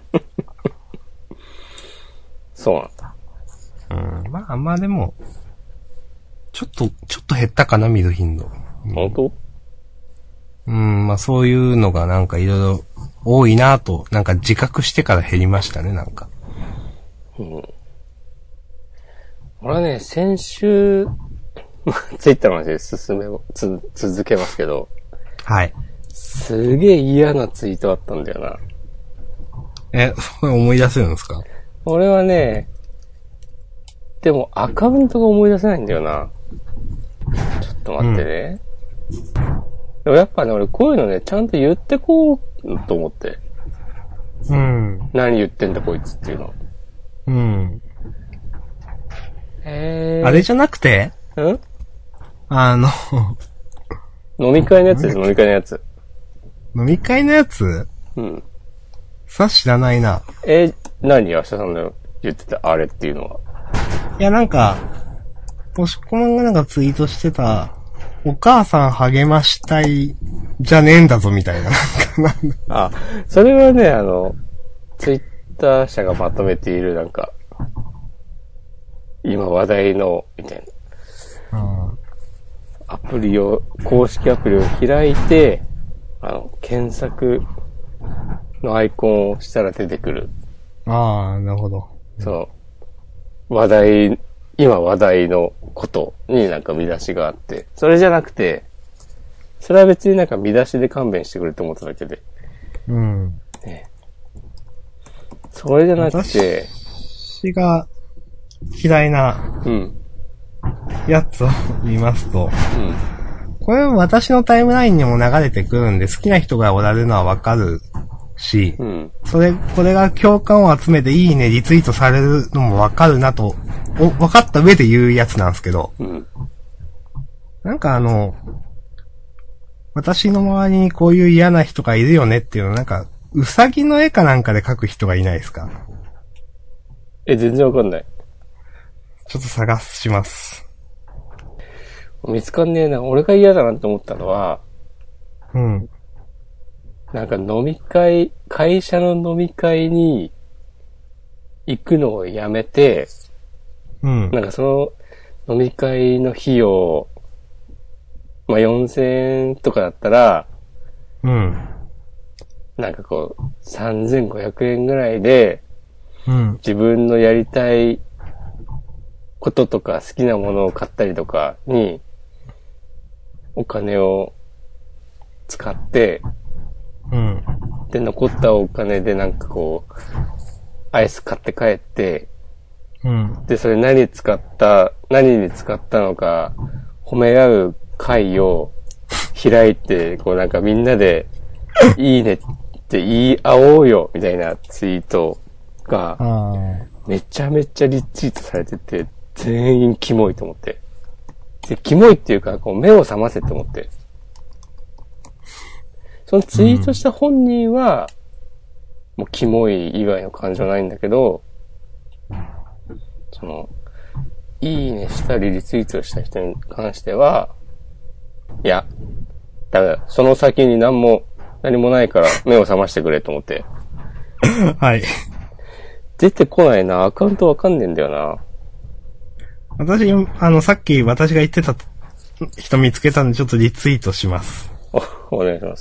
そうなんだ。 まあでも、ちょっと減ったかな、見る頻度。 本当？ まあそういうのがなんかいろいろ多いなぁと、なんか自覚してから減りましたね、なんか。 俺はね、先週、ツイッターの話で続けますけど。 はい。 すげえ嫌なツイートあったんだよな。 それ思い出せるんですか？ 俺はね、でもアカウントが思い出せないんだよな。ちょっと待ってね。でもやっぱね、俺こういうのね、ちゃんと言ってこうと思って。何言ってんだこいつっていうの。 あれじゃなくて？ 飲み会のやつです、飲み会のやつ。 飲み会のやつ？さ、知らないな。 何明日さんの言ってたあれっていうのは。 いや、なんか、もしこまんがなんかツイートしてた、お母さん励ましたいじゃねえんだぞみたいな。 あ、それはね、ツイッター社がまとめているなんか、今話題の、みたいな。公式アプリを開いて、検索のアイコンを押したら出てくる。 なるほど。 今話題のことになんか見出しがあって、それじゃなくて、 それは別になんか見出しで勘弁してくれと思っただけで。 うん。 ね。それじゃなくて、 私が嫌いな、やつを言いますと、これ私のタイムラインにも流れてくるんで、好きな人がおられるのはわかるし、これが共感を集めていいね、リツイートされるのもわかるなと、わかった上で言うやつなんですけど、なんか私の周りにこういう嫌な人がいるよねっていうのなんか、うさぎの絵かなんかで描く人がいないですか？ 全然わかんない。 ちょっと探します。 見つかんねえな。俺が嫌だなって思ったのは、なんか飲み会、会社の飲み会に行くのをやめて、なんかその飲み会の費用、まあ、4000円とかだったら、なんかこう、3500円ぐらいで、自分のやりたいこととか好きなものを買ったりとかに、お金を使って、で、残ったお金でなんかこう、アイス買って帰って、で、それ何に使ったのか、褒め合う会を開いて、こうなんかみんなで、いいねって言い合おうよ、みたいなツイートが、めちゃめちゃリツイートされてて、全員キモいと思って。で、キモいっていうか、こう目を覚ませって思って。そのツイートした本人は、もうキモい以外の感情ないんだけど、その、いいねしたりリツイートした人に関しては、いや、ダメだ。その先に何もないから目を覚ましてくれと思って。 はい。 出てこないな。アカウントわかんねえんだよな。 私、さっき私が言ってた人見つけたんでちょっとリツイートします。 お願いします。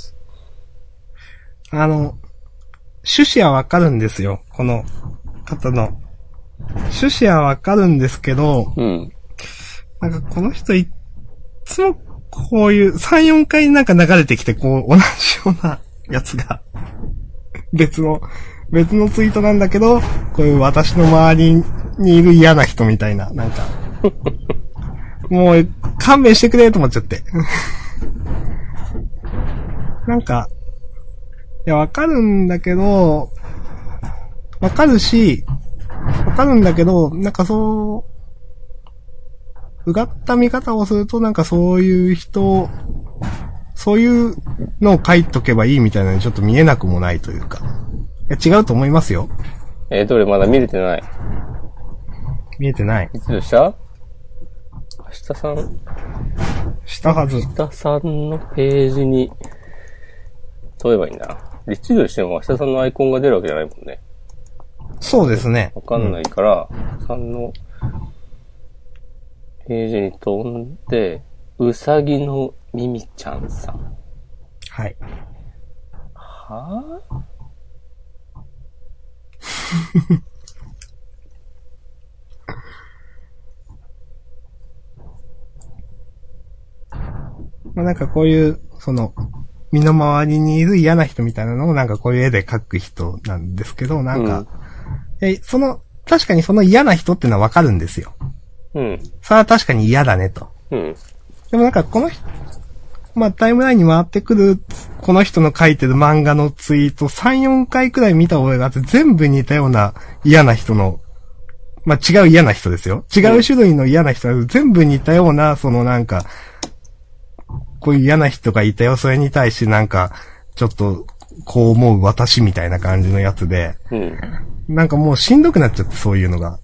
趣旨はわかるんですよ。この方の。趣旨はわかるんですけど、なんかこの人いっつもこういう3、4回なんか流れてきてこう同じようなやつが別のツイートなんだけど、こういう私の周りにいる嫌な人みたいな、なんか。もう勘弁してくれと思っちゃって。なんか、いや、わかるんだけど、わかるんだけど、なんかうがった見方をするとなんかそういうのを書いとけばいいみたいなのにちょっと見えなくもないというか。いや、違うと思いますよ。 どれまだ見れてない。 見えてない。 いつでした明日さん。 したはず。 明日さんのページに、どう言えばいいんだ。リツイートしても明日さんのアイコンが出るわけじゃないもんね。 そうですね。 わかんないから、さんのページに飛んで、うさぎのミミちゃんさん。 はい。 はぁまあなんかこういう、身の回りにいる嫌な人みたいなのをなんかこういう絵で描く人なんですけど、なんか、確かにその嫌な人ってのはわかるんですよ。それは確かに嫌だねと。でもなんかこの人、まあタイムラインに回ってくる、この人の書いてる漫画のツイート3、4回くらい見た覚えがあって全部似たような嫌な人の、まあ違う嫌な人ですよ。違う種類の嫌な人が全部似たような、なんか、こういう嫌な人がいたよ、それに対してなんか、ちょっと、こう思う私みたいな感じのやつで、なんかもうしんどくなっちゃって、そういうのが。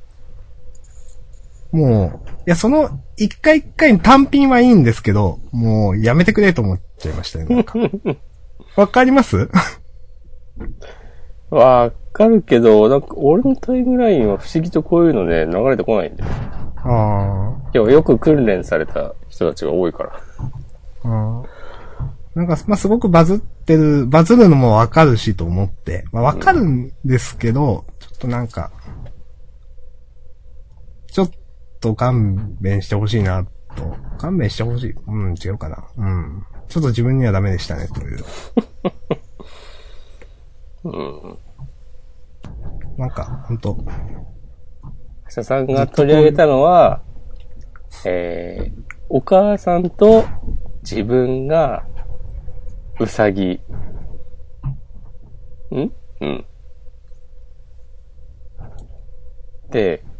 もう、いや、一回一回単品はいいんですけど、もうやめてくれと思っちゃいましたよ、なんか。わかりますわかるけど、なんか俺のタイムラインは不思議とこういうので流れてこないんだよ。よく訓練された人たちが多いから。 なんか、まあ、すごくバズるのもわかるしと思って、まあ、わかるんですけど、ちょっとなんか、ちょっと勘弁してほしいなと。勘弁してほしい。違うかな。 ちょっと自分にはダメでしたね、という。 うん。 なんか、ほんと。 橋田さんが取り上げたのは、お母さんと自分がうさぎ。うん。で、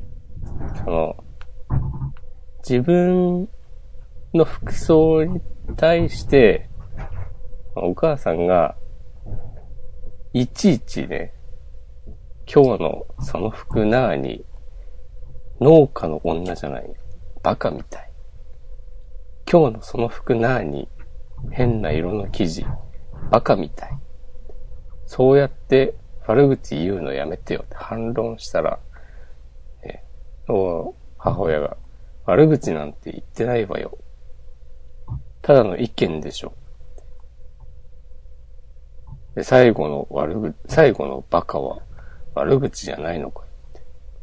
自分の服装に対して、お母さんが、いちいちね、今日のその服なーに、農家の女じゃない。バカみたい。今日のその服なーに、変な色の生地。バカみたい。そうやって悪口言うのやめてよって反論したら、母親が、悪口なんて言ってないわよ。ただの意見でしょ。で、最後のバカは悪口じゃないのかって。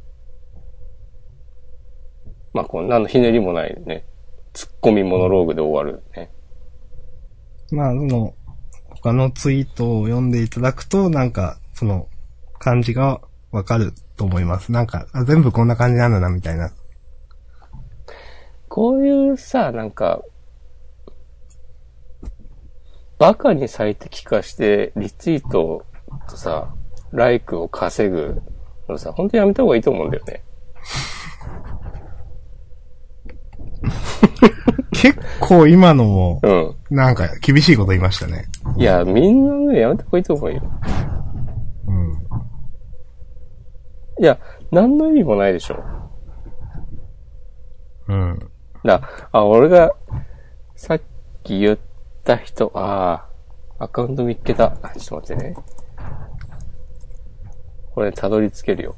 まあ、こんなのひねりもないね。ツッコミモノローグで終わるね。 まあ、他のツイートを読んでいただくと、なんか、その、感じがわかると思います。なんか、全部こんな感じなんだな、みたいな。 こういうさ、なんか、バカに最適化して、リツイートとさ、ライクを稼ぐのさ、本当にやめた方がいいと思うんだよね。 結構今のも、なんか厳しいこと言いましたね。 いや、みんなね、やめた方がいいと思うよ。いや、何の意味もないでしょ。俺が、さっき言った人、アカウント見っけた。ちょっと待ってね。これ、たどり着けるよ。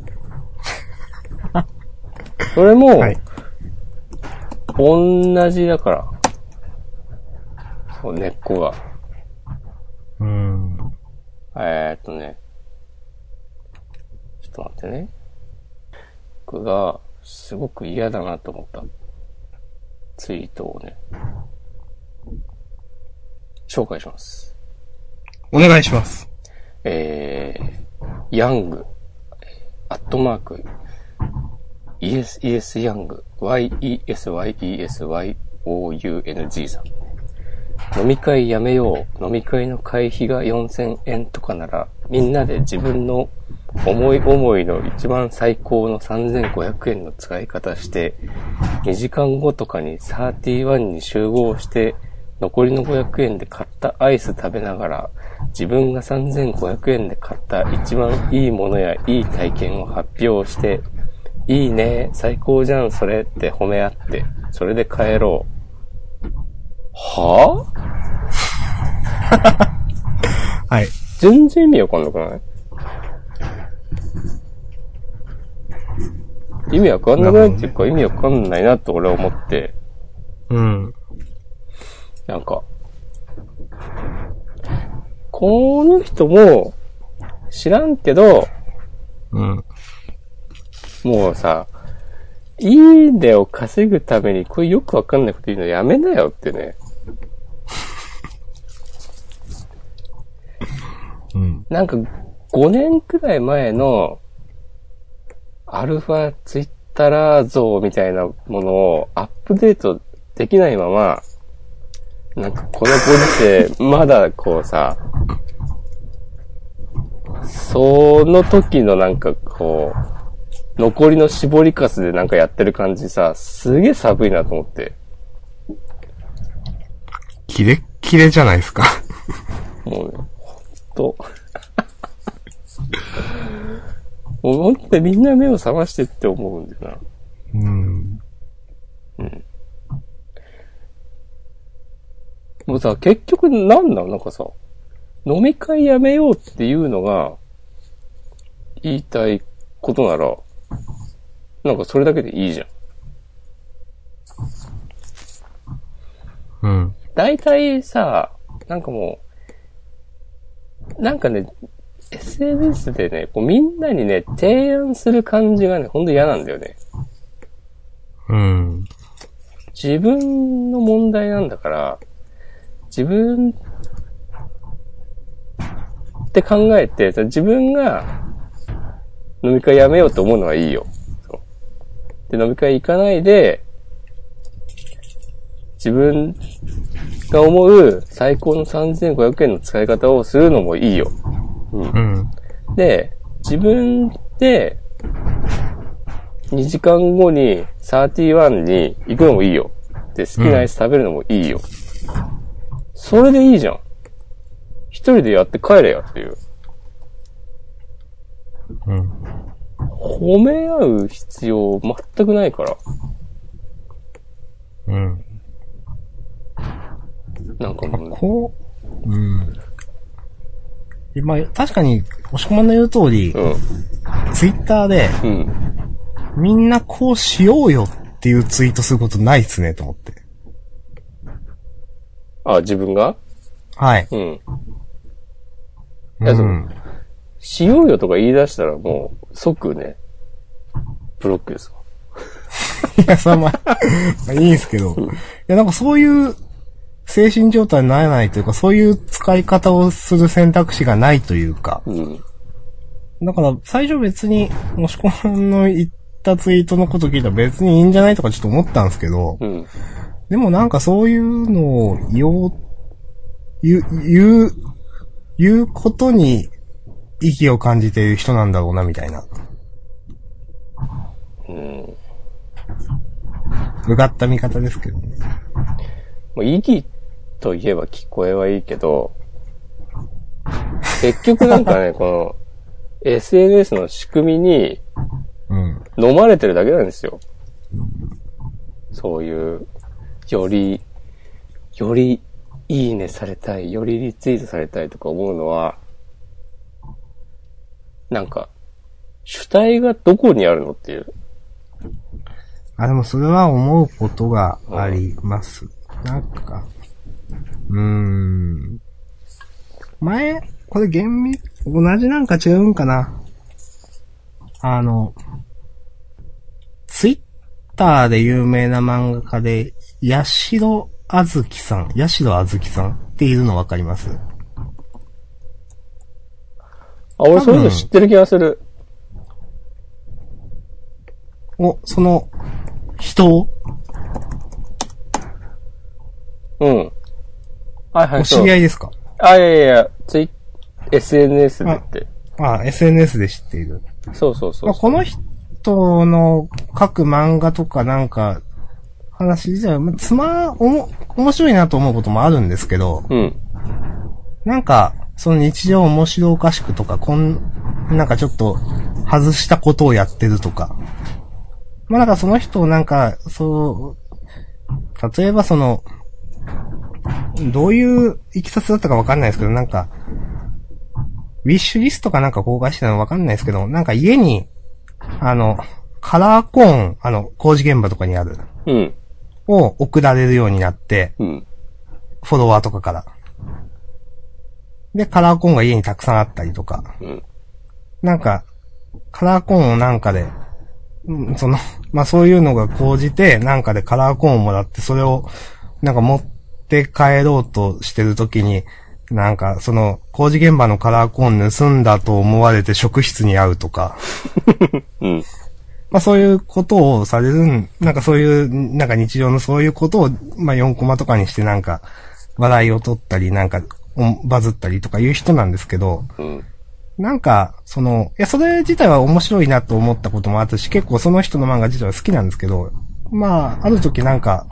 それも、同じだから。そう、根っこが。ちょっと待ってね。僕が、すごく嫌だなと思ったツイートをね、紹介します。 お願いします。 ヤング、ES ヤング、YESYESYOUNG さん。飲み会やめよう。飲み会の会費が4000円とかなら、みんなで自分の思い思いの一番最高の3500円の使い方して、2時間後とかに31に集合して、残りの500円で買ったアイス食べながら、自分が3500円で買った一番いいものやいい体験を発表して、いいね、最高じゃん、それって褒め合って、それで帰ろう。はぁはい。 全然意味わかんなくない？意味わかんなくないっていうか、意味わかんないなって俺は思って。なんか、この人も知らんけど、もうさ、いいねを稼ぐためにこれよくわかんないこと言うのやめなよってね。なんか5年くらい前のアルファツイッター像みたいなものをアップデートできないまま、なんかこのご時世まだこうさ、その時のなんかこう、残りの絞りかすでなんかやってる感じさ、すげえ寒いなと思って。 キレッキレじゃないですか。 もうね、もうほんとみんな目を覚ましてって思うんだよな。もうさ、結局なんかさ、飲み会やめようっていうのが、言いたいことなら、なんかそれだけでいいじゃん。大体さ、なんかもう、なんかね、SNS でね、こうみんなにね、提案する感じがね、ほんと嫌なんだよね。自分の問題なんだから、 自分って考えて、自分が飲み会やめようと思うのはいいよ。で、飲み会行かないで、自分が思う最高の3500円の使い方をするのもいいよ。うん。で、自分で2時間後に31に行くのもいいよ。で、好きなアイス食べるのもいいよ。それでいいじゃん。一人でやって帰れやっていう。褒め合う必要全くないから。なんかもう。 まあ、確かに、押し込まんの言う通り、ツイッターで、みんなこうしようよっていうツイートすることないっすね、と思って。 あ、自分が？ はい。 いや、しようよとか言い出したらもう、即ね、ブロックですわ。 いや、まあ、いいんですけど。いや、なんかそういう精神状態にならないというか、そういう使い方をする選択肢がないというか。だから、最初別に、もしこまんの言ったツイートのこと聞いたら別にいいんじゃないとかちょっと思ったんですけど、でもなんかそういうのを言うことに意義を感じている人なんだろうな、みたいな。うがった見方ですけどね。 もう意義といえば聞こえはいいけど、結局なんかね、この SNS の仕組みに飲まれてるだけなんですよ。そういう、よりいいねされたい、よりリツイートされたいとか思うのは、なんか、主体がどこにあるのっていう。 でもそれは思うことがあります。なんか、前、これ厳密、同じなんか違うんかな。ツイッターで有名な漫画家で、八代あずきさんっているのわかります？ 俺そういうの知ってる気がする。 その、人はいはい。 お知り合いですか？ いや、SNS でって。 SNS で知っている。 そう。 この人の書く漫画とかなんか、話自体は、面白いなと思うこともあるんですけど、なんか、その日常面白おかしくとか、なんかちょっと外したことをやってるとか。まあなんかその人なんか、例えばどういういきさつだったかわかんないですけど、なんか、ウィッシュリストかなんか公開してたのわかんないですけど、なんか家に、カラーコーン、工事現場とかにある。を送られるようになって、フォロワーとかから。で、カラーコーンが家にたくさんあったりとか。なんか、カラーコーンをなんかで、そういうのが講じて、なんかでカラーコーンをもらって、それを、なんか持って帰ろうとしてるときに、なんか、工事現場のカラーコーン盗んだと思われて職質に遭うとか。そういうことをされるなんかそういう、なんか日常のそういうことを、4コマとかにしてなんか、笑いを取ったり、なんか、バズったりとかいう人なんですけど、なんか、それ自体は面白いなと思ったこともあったし、結構その人の漫画自体は好きなんですけど、ある時なんか、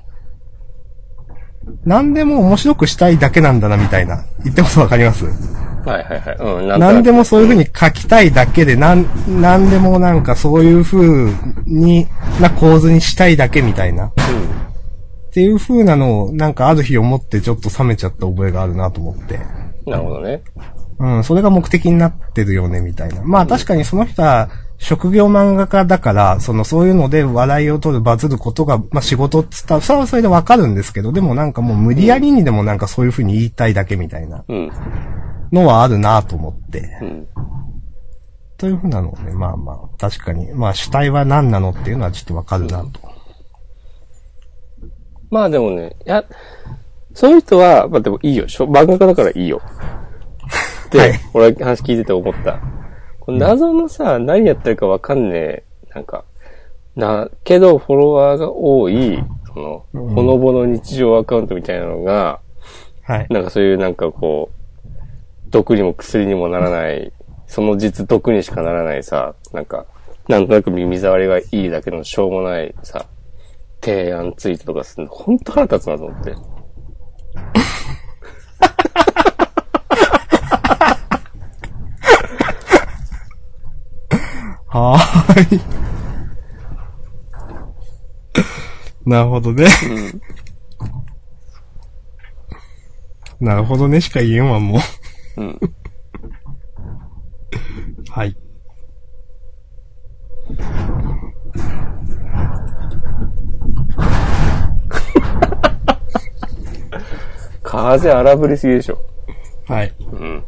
何でも面白くしたいだけなんだなみたいな、言ってことわかります？何でもそういう風に書きたいだけで、何でもなんかそういう風な構図にしたいだけみたいな。っていう風なのを、なんかある日思ってちょっと冷めちゃった覚えがあるなと思って。 なるほどね。 それが目的になってるよね、みたいな。確かにその人は、職業漫画家だから、そういうので笑いを取る、バズることが、仕事って言ったら、それはそれでわかるんですけど、でもなんかもう無理やりにでもなんかそういう風に言いたいだけみたいな。のはあるなと思って。という風なのをね、確かに、主体は何なのっていうのはちょっとわかるなと。 でもね、 そういう人は、まあでもいいよ。漫画家だからいいよ。で、はい、俺は話聞いてて思った。この謎のさ、何やってるかわかんねえ。けどフォロワーが多い、ほのぼの日常アカウントみたいなのが、はい。なんかそういう毒にも薬にもならない、その実毒にしかならないさ、なんとなく耳障りがいいだけのしょうもないさ、提案ツイートとかするの、ほんと腹立つなと思って。 はーい。なるほどね。うん、なるほどねしか言えんわ、もう。うん。はい。 風荒ぶりすぎでしょ。 はい。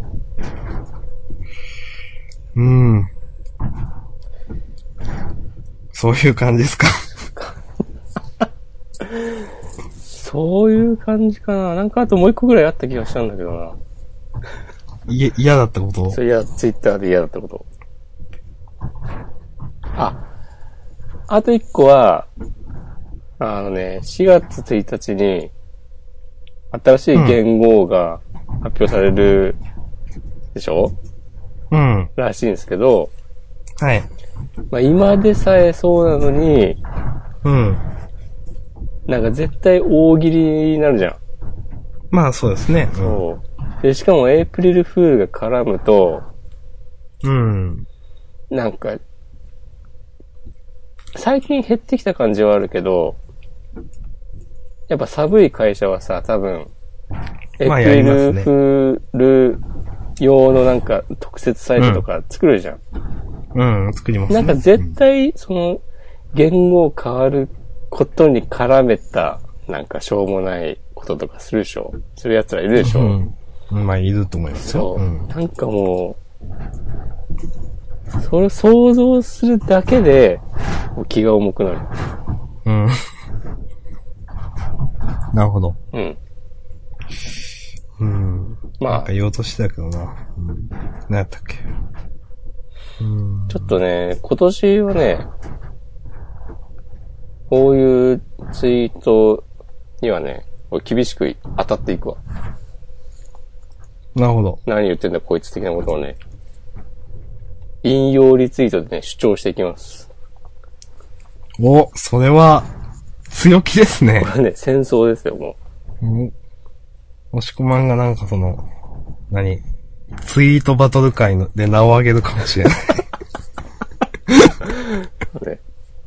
うん。そういう感じですか。 そういう感じかな。なんかあともう一個ぐらいあった気がしたんだけどな。 嫌だったこと？ そう、ツイッターで嫌だったこと。あと一個は、4月1日に、新しい言語が発表されるでしょ？ うん。 らしいんですけど、 はい。 まあ今でさえそうなのに、 うん。 なんか絶対大喜利になるじゃん。 まあそうですね。 そう。で、しかもエイプリルフールが絡むと、 うん。 なんか、最近減ってきた感じはあるけど、やっぱ寒い会社はさ、多分、エイプリルフール用のなんか特設サイトとか作るじゃん。 うん、作りますね。 なんか絶対、言語変わることに絡めた、なんかしょうもないこととかするでしょ？する奴らいるでしょ？ うん。まあ、いると思いますよ。 そう。なんかもう、それ想像するだけで、気が重くなる。 うん。なるほど。 うん。 うん。まあ。なんか言おうとしてたけどな。うん。何やったっけ。 ちょっとね、今年はね、こういうツイートにはね、厳しく当たっていくわ。 なるほど。 何言ってんだこいつ的なことをね、引用リツイートでね、主張していきます。 お、それは、強気ですね。 これね、戦争ですよ、もう。 押し込まんがなんかツイートバトル会で名を上げるかもしれない。 ね、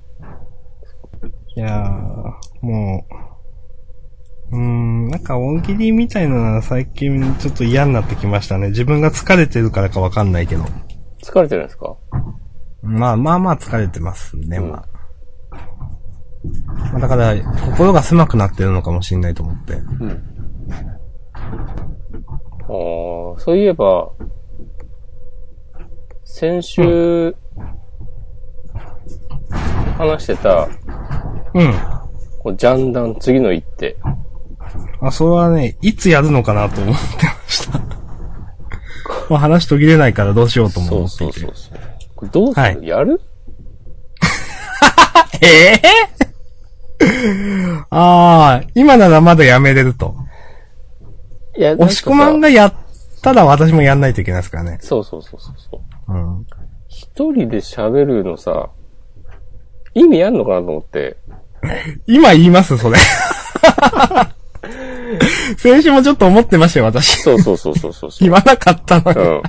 いやー、もう、なんか大喜利みたいなのは最近ちょっと嫌になってきましたね。自分が疲れてるからかわかんないけど。 疲れてるんですか？ まあ疲れてますね、まあだから、心が狭くなってるのかもしれないと思って。 そういえば、先週、話してた、ジャンダン次の一手。 それはね、いつやるのかなと思ってました。もう話途切れないからどうしようと思っていて。そう。 これどうする？はい、やる？ 今ならまだやめれると。いや、押し込まんがやったら私もやんないといけないですからね。 そう。一人で喋るのさ、意味あんのかなと思って。 今言いますそれ。先週もちょっと思ってましたよ、私。 そう。 言わなかったのに。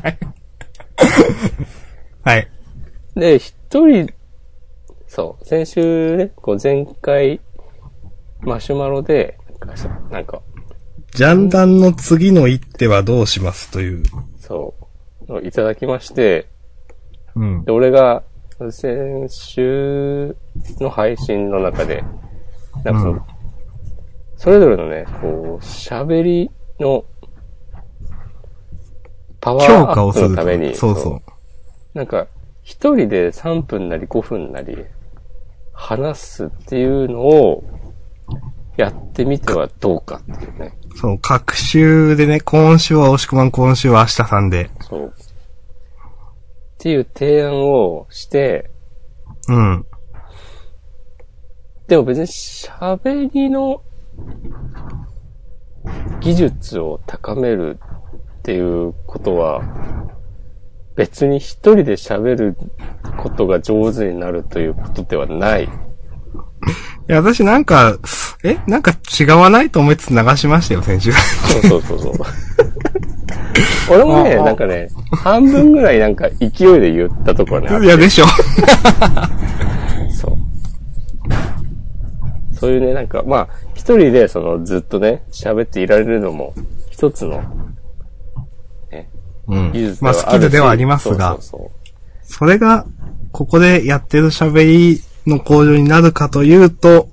はい。 で、一人、先週ね、前回、マシュマロで、なんか、 ジャンダンの次の一手はどうしますという。 いただきまして、で、俺が、先週の配信の中で、なんかそれぞれのね、喋りの、パワーアップのために、なんか、一人で3分なり5分なり、話すっていうのを、 やってみてはどうかっていうね。 そう、各週でね、今週は押し込まん、今週は明日さんで。 そう。っていう提案をして、 うん。 でも別に喋りの技術を高めるっていうことは、別に一人で喋ることが上手になるということではない。いや、私なんか違わないと思いつつ流しましたよ、先週。 そう。俺もね、なんかね、半分ぐらいなんか勢いで言ったところね。 いや、でしょ。 そう。そういうね、なんか、まあ、一人でずっとね、喋っていられるのも、一つの、ね、技術ではあるし、 まあ、スキルではありますが、それが、ここでやってる喋りの向上になるかというと、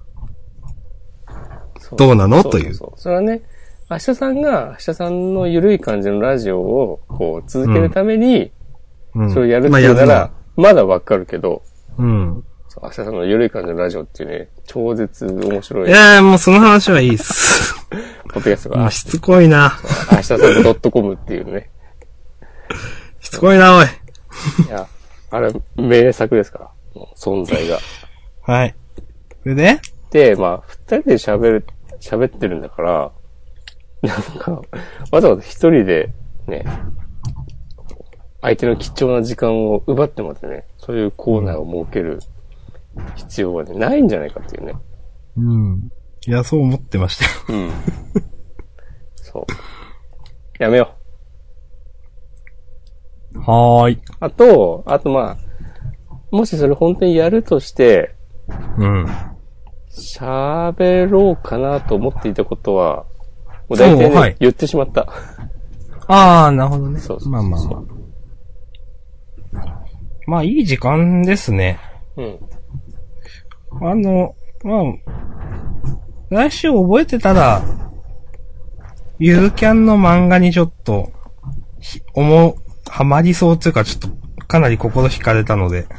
どうなのという。 それはね、明日さんの緩い感じのラジオを、こう、続けるために、それをやるっていうなら、まだわかるけど、明日さんの緩い感じのラジオっていうね、超絶面白い。 いやもうその話はいいっす。 ポッドキャストが。 もうしつこいな。 明日さんの.com っていうね。 しつこいな、おい。 いや、あれ、名作ですから、もう存在が。 はい。それで？ で、まあ、二人で喋ってるんだから、なんか、わざわざ一人で、ね、相手の貴重な時間を奪ってまでね、そういうコーナーを設ける必要はね、ないんじゃないかっていうね。 いや、そう思ってましたよ。 そう。やめよう。はーい。 あとまあ、もしそれ本当にやるとして、喋ろうかなと思っていたことは、もう大体ね、言ってしまった。 あー、なるほどね。 そう。 まあ。まあ、いい時間ですね。まあ、来週覚えてたら、ゆるキャンの漫画にちょっと、ハマりそうっていうか、ちょっと、かなり心惹かれたので。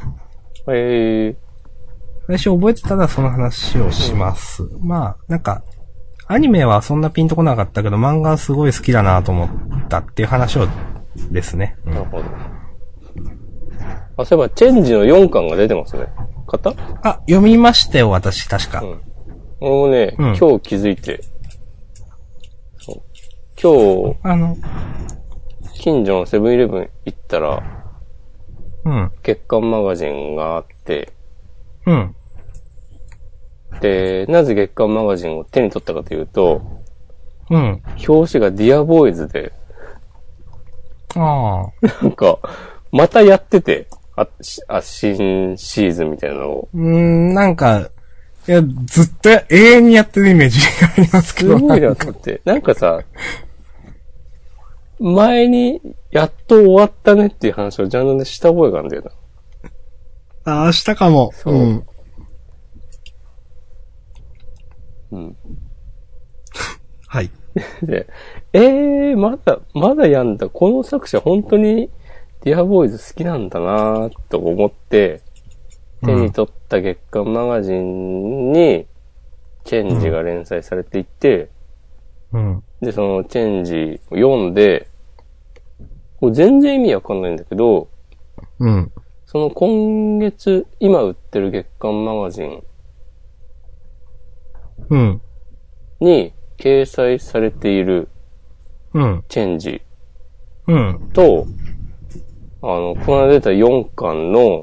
来週覚えてたらその話をします。まあ、なんか、アニメはそんなピンとこなかったけど、漫画はすごい好きだなと思ったっていう話をですね。 なるほど。あ、そういえば、チェンジの4巻が出てますね。買った？ 読みましたよ、私、確か。 俺もね、今日気づいて。そう。今日、近所のセブンイレブン行ったら、月刊マガジンがあって、で、なぜ月刊マガジンを手に取ったかというと、表紙がディアボーイズで、なんか、またやってて、新シーズンみたいなのを。 なんか、いや、ずっと永遠にやってるイメージがありますけど。 すごいなと思って。なんかさ、前に、やっと終わったねっていう話をジャンルでした覚えがあるんだよな。したかも。 そう。 はい。 で、まだやんだ。この作者本当にディアボーイズ好きなんだなと思って、手に取った月刊マガジンに、チェンジが連載されていて、で、そのチェンジを読んで、これ全然意味わかんないんだけど、その今月、今売ってる月刊マガジンに掲載されているチェンジと、この間出た4巻の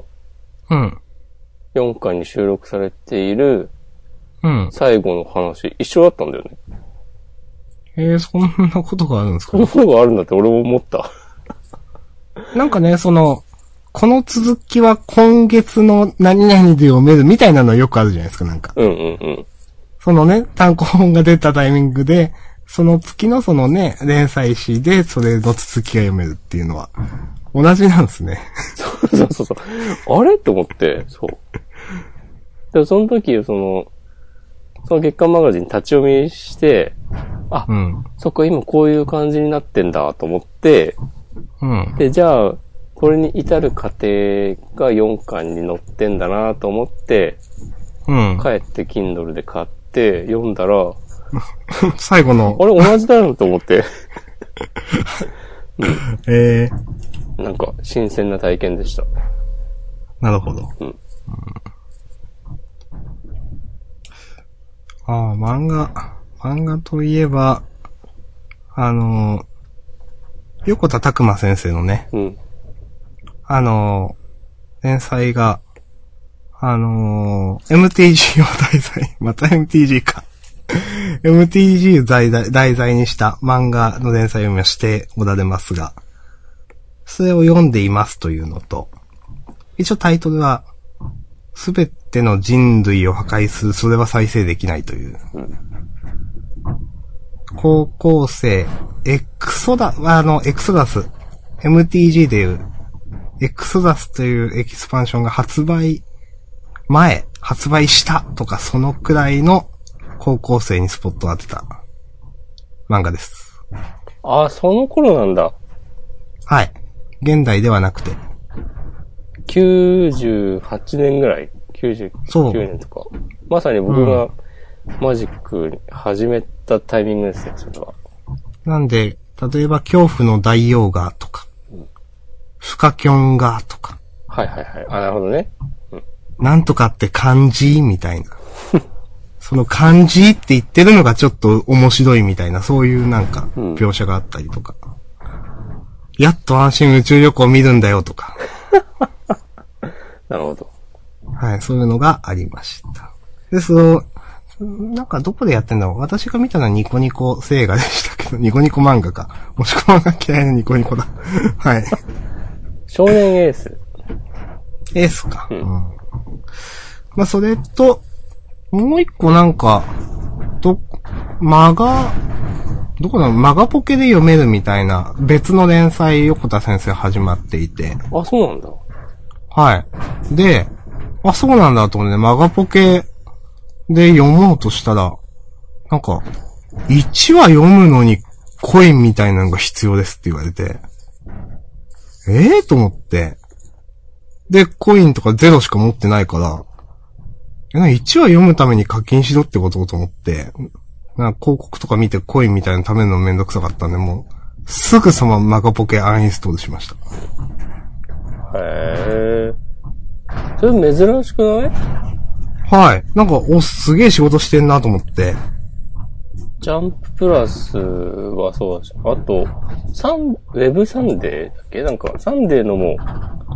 4巻に収録されている最後の話、一緒だったんだよね。 そんなことがあるんですか？ そんなことがあるんだって俺も思った。 なんかね、この続きは今月の何々で読めるみたいなのよくあるじゃないですか、なんか。そのね、単行本が出たタイミングで、その月のそのね、連載誌でそれの続きが読めるっていうのは、同じなんですね。 そう。あれって思って、そう。でもその時、その月刊マガジン立ち読みして、そっか、今こういう感じになってんだと思って、で、じゃあ、これに至る過程が4巻に載ってんだなと思って、帰って Kindle で買って読んだら、 最後の。 あれ同じだよと思って。うん、なんか、新鮮な体験でした。 なるほど。うん。漫画といえば、横田拓馬先生のね、 うん。 連載が、MTG を題材、また MTG か。MTG を題材にした漫画の連載を今しておられますが、それを読んでいますというのと、一応タイトルは、すべての人類を破壊する、それは再生できないという。うん、高校生、エクソダス、MTG でいう、エクソダスというエキスパンションが発売したとか、そのくらいの高校生にスポットを当てた漫画です。 ああ、その頃なんだ。 はい。現代ではなくて。 98年ぐらい ?99 年とか。まさに僕がマジック始めたタイミングですね、それは。 なんで、例えば恐怖の大王がとか、フカキョンがとか。 はいはいはい。あ、なるほどね。 うん、なんとかって漢字みたいな。その漢字って言ってるのがちょっと面白いみたいな、そういうなんか、描写があったりとか。やっと安心宇宙旅行見るんだよとか。 なるほど。 はい、そういうのがありました。で、なんかどこでやってんだろう。私が見たのはニコニコ星画でしたけど、ニコニコ漫画か。もしくは嫌いなニコニコだ。はい。 少年エース。 エースか。うん。まあ、それと、もう一個なんか、どこだろう、マガポケで読めるみたいな別の連載横田先生始まっていて。 あ、そうなんだ。 はい。で、あ、そうなんだと思ってね、マガポケで読もうとしたら、なんか、1話読むのにコインみたいなのが必要ですって言われて、と思って。で、コインとかゼロしか持ってないから、1話読むために課金しろってことと思って、なんか広告とか見てコインみたいなの貯めるのめんどくさかったんで、もう、すぐさまマガポケアンインストールしました。 へー。それ珍しくない？ はい。なんか、すげえ仕事してんなと思って。 ジャンププラスはそうだし、あと、ウェブサンデーだっけ？なんか、サンデーのも、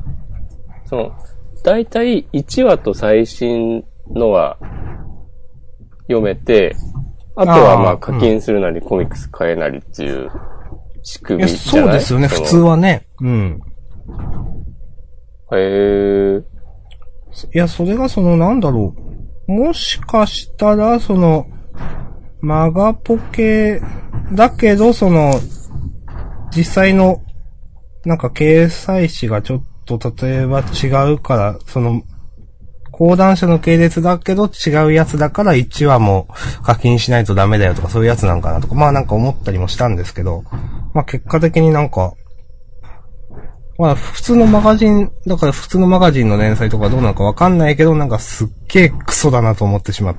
だいたい1話と最新のは読めて、あとはまあ課金するなりコミックス買えなりっていう仕組みじゃない？ そうですよね、普通はね。うん。 へー。 いや、それがなんだろう。もしかしたら、マガポケ、だけど、実際の、なんか掲載誌がちょっと例えば違うから、講談社の系列だけど違うやつだから1話も課金しないとダメだよとかそういうやつなんかなとか、まあなんか思ったりもしたんですけど、まあ結果的になんか、まあ普通のマガジン、だから普通のマガジンの連載とかどうなのかわかんないけど、なんかすっげえクソだなと思ってしまって、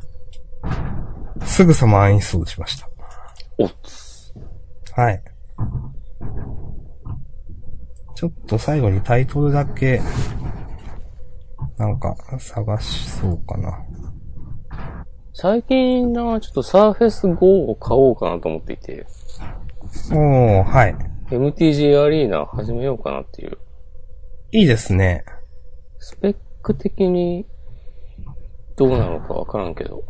すぐさまアンインストールしました。 おっ。 はい。ちょっと最後にタイトルだけ、なんか探しそうかな。 最近ちょっとサーフェス GO を買おうかなと思っていて。 はい。 MTG アリーナ始めようかなっていう。 いいですね。 スペック的にどうなのかわからんけど。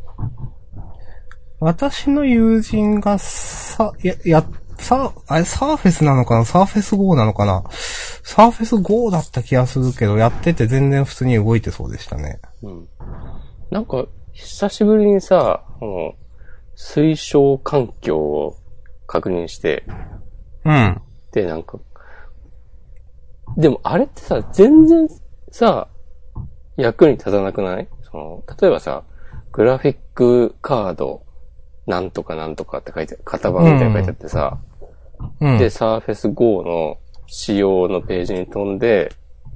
私の友人がサーフェスなのかな？サーフェス GO なのかな？サーフェス GO だった気がするけど、やってて全然普通に動いてそうでしたね。 うん。なんか、久しぶりにさ、推奨環境を確認して、 うん。 で、なんか、でもあれってさ、全然さ、役に立たなくない？例えばさ、グラフィックカード、なんとかなんとかって書いて、型番みたいに書いてあってさ、うん、で、サーフェス GO の仕様のページに飛んで、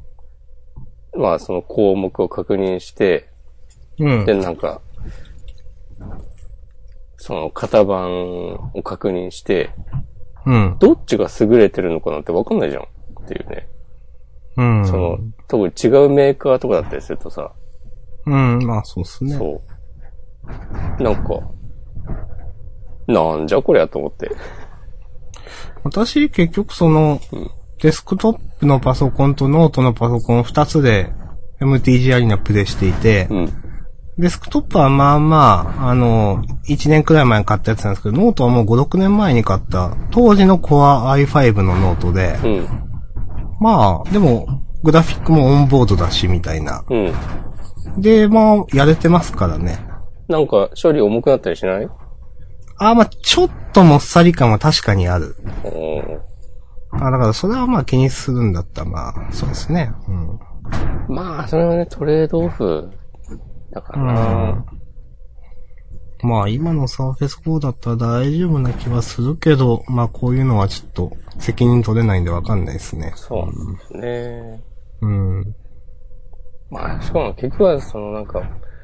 まあその項目を確認して、うん、で、なんか、 その型番を確認して、 うん。 どっちが優れてるのかなんて分かんないじゃんっていうね。 うん。 特に違うメーカーとかだったりするとさ。 うん、まあそうっすね。 そう。なんか、なんじゃこりゃと思って。 私結局デスクトップのパソコンとノートのパソコン2つで MTG アリーナプレイしていて、 うん、 デスクトップはまあまあ、1年くらい前に買ったやつなんですけど、ノートはもう5、6年前に買った、当時の Core i5 のノートで、 うん、 まあ、でも、グラフィックもオンボードだし、みたいな。 うん。 で、まあ、やれてますからね。 なんか、処理重くなったりしない？ まあ、ちょっともっさり感は確かにある。だからそれはまあ気にするんだったらまあ、そうですね。うん。 まあ、それはね、トレードオフだからな。 まあ、今のサーフェスGoだったら大丈夫な気はするけど、まあこういうのはちょっと責任取れないんでわかんないですね。 そうですね。 うん。 まあ、しかも結局はなんか、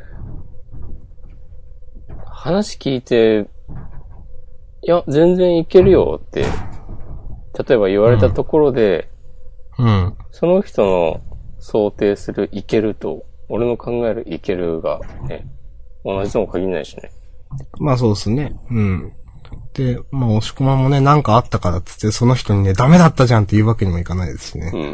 話聞いて、いや、全然いけるよって、例えば言われたところで、 うん。 その人の想定するいけると、俺の考えるいけるがね、同じとも限らないしね。 まあそうですね。うん。で、まあ押し込まもね、なんかあったからっつって、その人にね、ダメだったじゃんって言うわけにもいかないですしね。 うん。い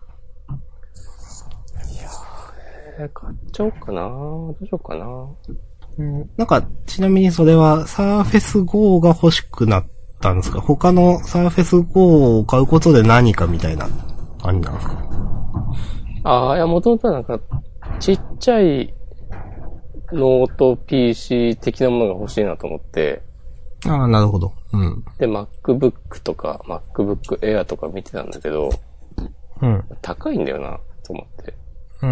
や買っちゃおうかな。どうしようかな。 なんか、ちなみにそれは、サーフェス Go が欲しくなったんですか？他のサーフェス Go を買うことで何かみたいな感じなんですか？ いや、もともとはなんか、ちっちゃいノート PC 的なものが欲しいなと思って。 なるほど。うん。 で、MacBook とか MacBook Air とか見てたんだけど、 うん。 高いんだよな、と思って。 うん。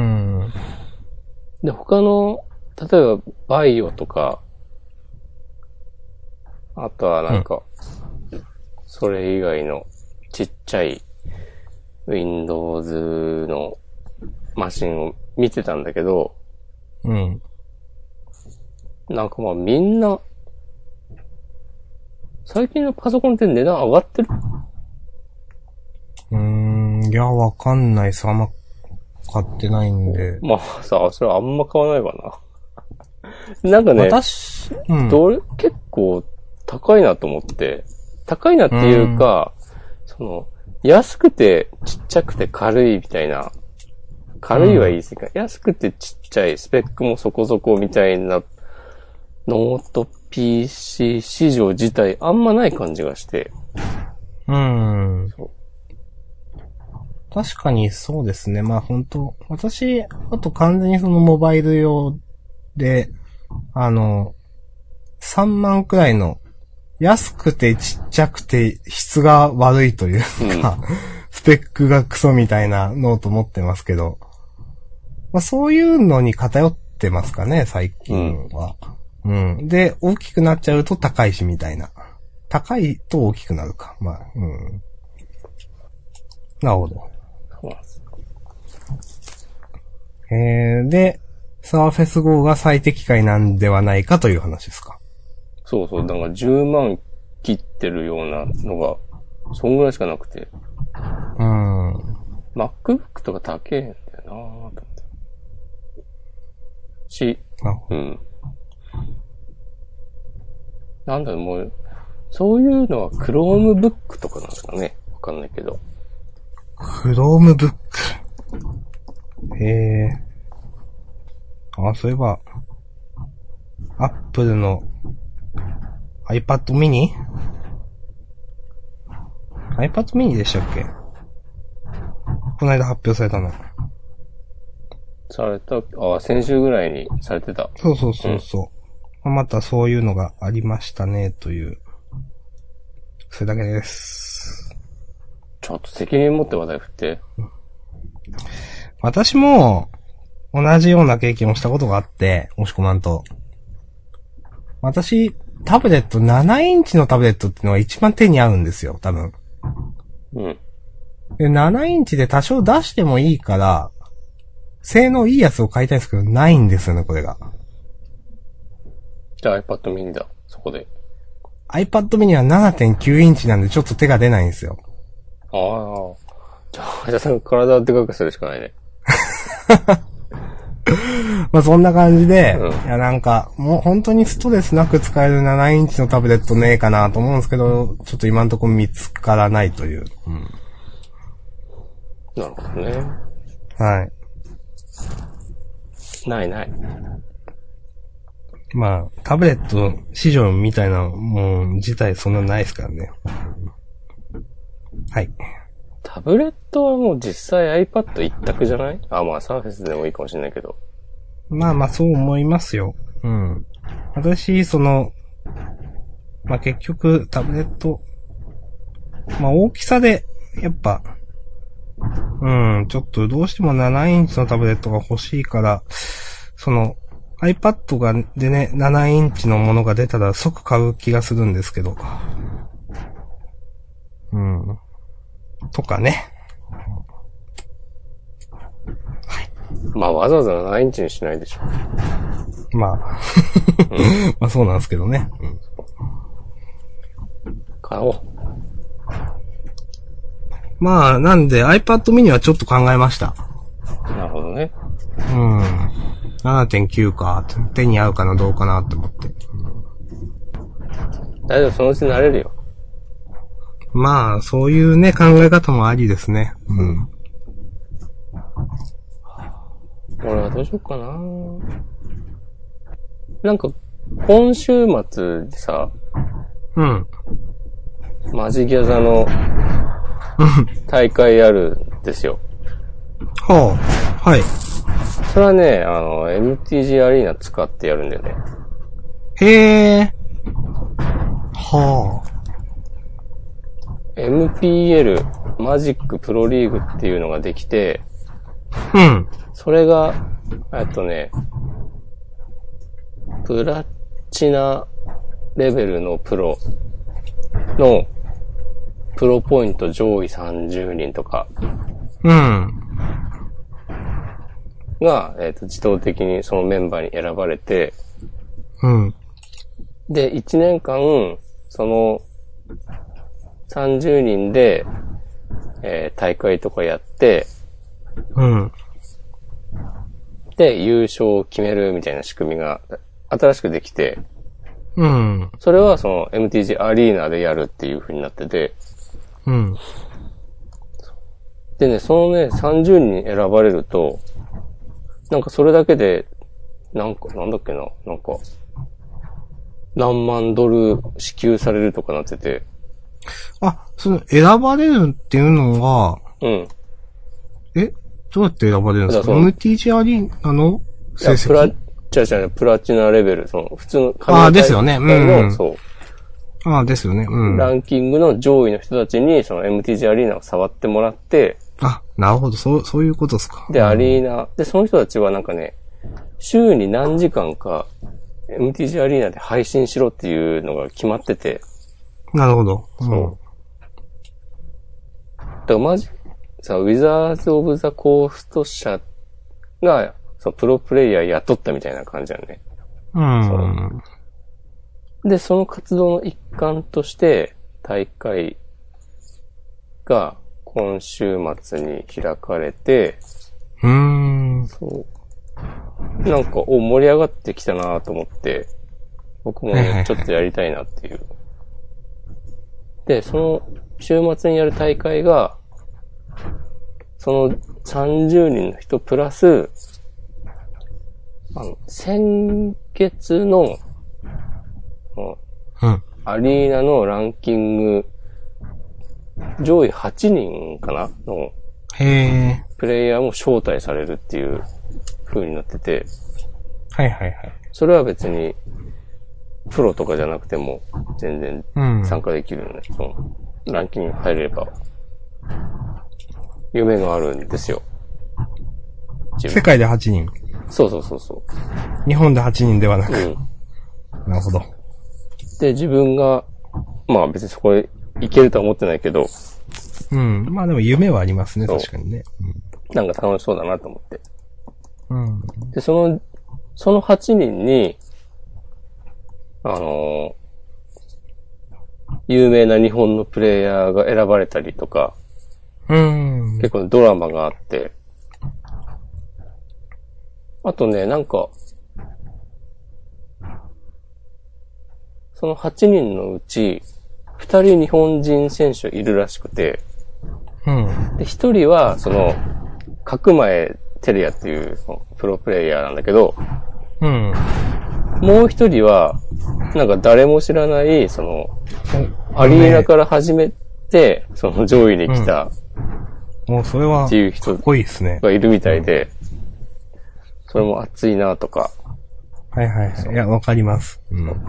で、他の、例えば、バイオとか、あとはなんか、それ以外のちっちゃい Windows のマシンを見てたんだけど、 うん。 なんかまあみんな、最近のパソコンって値段上がってる？ いや、わかんないさ、あんま買ってないんで。 まあさ、それはあんま買わないわな。なんかね、結構高いなと思って、高いなっていうか、安くてちっちゃくて軽いみたいな、軽いは言い過ぎか、安くてちっちゃい、スペックもそこそこみたいな、ノート PC 市場自体あんまない感じがして。 確かにそうですね。まあ本当私、あと完全にモバイル用で、3万くらいの、安くてちっちゃくて質が悪いというか、スペックがクソみたいなノート持ってますけど、まあそういうのに偏ってますかね、最近は。で、大きくなっちゃうと高いしみたいな。高いと大きくなるか。まあ、なるほど。で、サーフェス Go が最適解なんではないかという話ですか。 そうそう、だから10万切ってるようなのが、そんぐらいしかなくて。MacBook とか高えんだよなぁと思って。なんだろう、もう、そういうのは Chromebook とかなんですかね。わかんないけど。 Chromebook。そういえば、Apple の iPad mini？iPad mini でしたっけ？この間発表されたの。 先週ぐらいにされてた。 そう。またそういうのがありましたね、という。それだけです。 ちょっと責任持って話題振って。 私も、同じような経験をしたことがあって、押し込まんと。私、タブレット、7インチのタブレットっていうのが一番手に合うんですよ、多分。で、7インチで多少出してもいいから、性能いいやつを買いたいんですけど、ないんですよね、これが。 じゃあ iPad mini だ、そこで。 iPad mini は 7.9 インチなんでちょっと手が出ないんですよ。 ああ。じゃあさ、体をでかくするしかないね。 まあそんな感じで、いやなんか、もう本当にストレスなく使える7インチのタブレットねえかなと思うんですけど、ちょっと今んとこ見つからないという。 なるほどね。 はい。 ない。 まあ、タブレット市場みたいなもん自体そんなないですからね。はい。 タブレットはもう実際 iPad 一択じゃない？まあサーフェスでもいいかもしれないけど。 まあそう思いますよ。私、まあ結局タブレット、まあ大きさで、やっぱ、ちょっとどうしても7インチのタブレットが欲しいから、iPad でね、7インチのものが出たら即買う気がするんですけど。とかね。 はい。まあわざわざ7インチにしないでしょ。 まあ。まあそうなんですけどね。 買おう。 まあ、なんで iPad mini はちょっと考えました。 なるほどね。 7.9 か。手に合うかなどうかなって思って。 大丈夫、そのうち慣れるよ。 まあ、そういうね、考え方もありですね。 俺はどうしようかな。なんか、今週末でさ、マジギャザの大会あるんですよ。 はあ、はい。 それはね、MTG アリーナ使ってやるんだよね。 へえ。はあ。MPL、マジックプロリーグっていうのができて、それが、プラチナレベルのプロの、プロポイント上位30人とか、が、自動的にそのメンバーに選ばれて、で、1年間、その、30人で、大会とかやって、で、優勝を決めるみたいな仕組みが新しくできて、それはその MTG アリーナでやるっていう風になってて、でね、そのね、30人に選ばれると、なんかそれだけで、なんだっけな、何万ドル支給されるとかなってて。 選ばれるっていうのは、どうやって選ばれるんですか？ MTG アリーナの成績？ プラチナレベル、普通のですよね。 そう。 ですよね。 ランキングの上位の人たちに、その MTG アリーナを触ってもらって、 なるほど。そういうことですか。 で、アリーナ、で、その人たちはなんかね、週に何時間か、MTG アリーナで配信しろっていうのが決まってて。 なるほど。 そう。だからマジ、ウィザーズ・オブ・ザ・コースト社が、プロプレイヤー雇ったみたいな感じだね。で、その活動の一環として、大会が今週末に開かれて、そう。なんか、盛り上がってきたなと思って、僕もね、ちょっとやりたいなっていう。で、その週末にやる大会が、その30人の人プラス、先月の、アリーナのランキング、上位8人かなの、プレイヤーも招待されるっていう風になってて、それは別に、プロとかじゃなくても、全然参加できるので、そのランキングに入れれば、夢があるんですよ。 世界で8人。 そう。 日本で8人ではなく。なるほど。 で、自分が、まあ別にそこへ行けるとは思ってないけど。 まあでも夢はありますね、確かにね。 なんか楽しそうだなと思って。で、その8人に、 有名な日本のプレイヤーが選ばれたりとか、結構ドラマがあって、あとね、なんか、その8人のうち、2人日本人選手いるらしくて、で、1人は、角前テレアっていうプロプレイヤーなんだけど、もう1人は、なんか誰も知らない、アリーナから始めて、上位に来た、 もうそれは、 っていう人かっこいいですね。 がいるみたいで、それも熱いなとか。 はいはいはい。いや、わかります。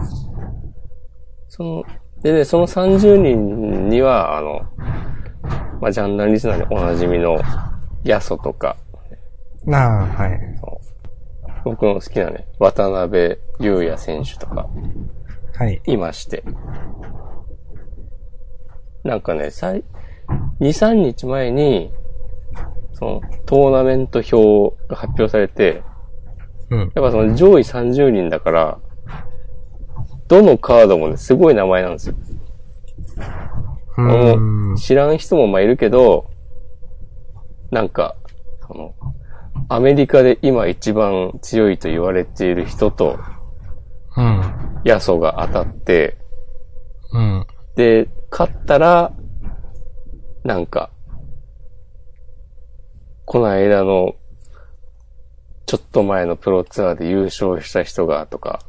で、その30人には、ジャンダンリスナーにおなじみの、ヤソとか。 はい。 僕の好きなね、渡辺優也選手とか。 はい。 いまして。なんかね、2、3日前に、トーナメント表が発表されて、やっぱ上位30人だから、どのカードもね、すごい名前なんですよ。知らん人もいるけど、なんか、アメリカで今一番強いと言われている人と、ヤソが当たって、で、勝ったら、なんか、この間の、ちょっと前のプロツアーで優勝した人が、とか、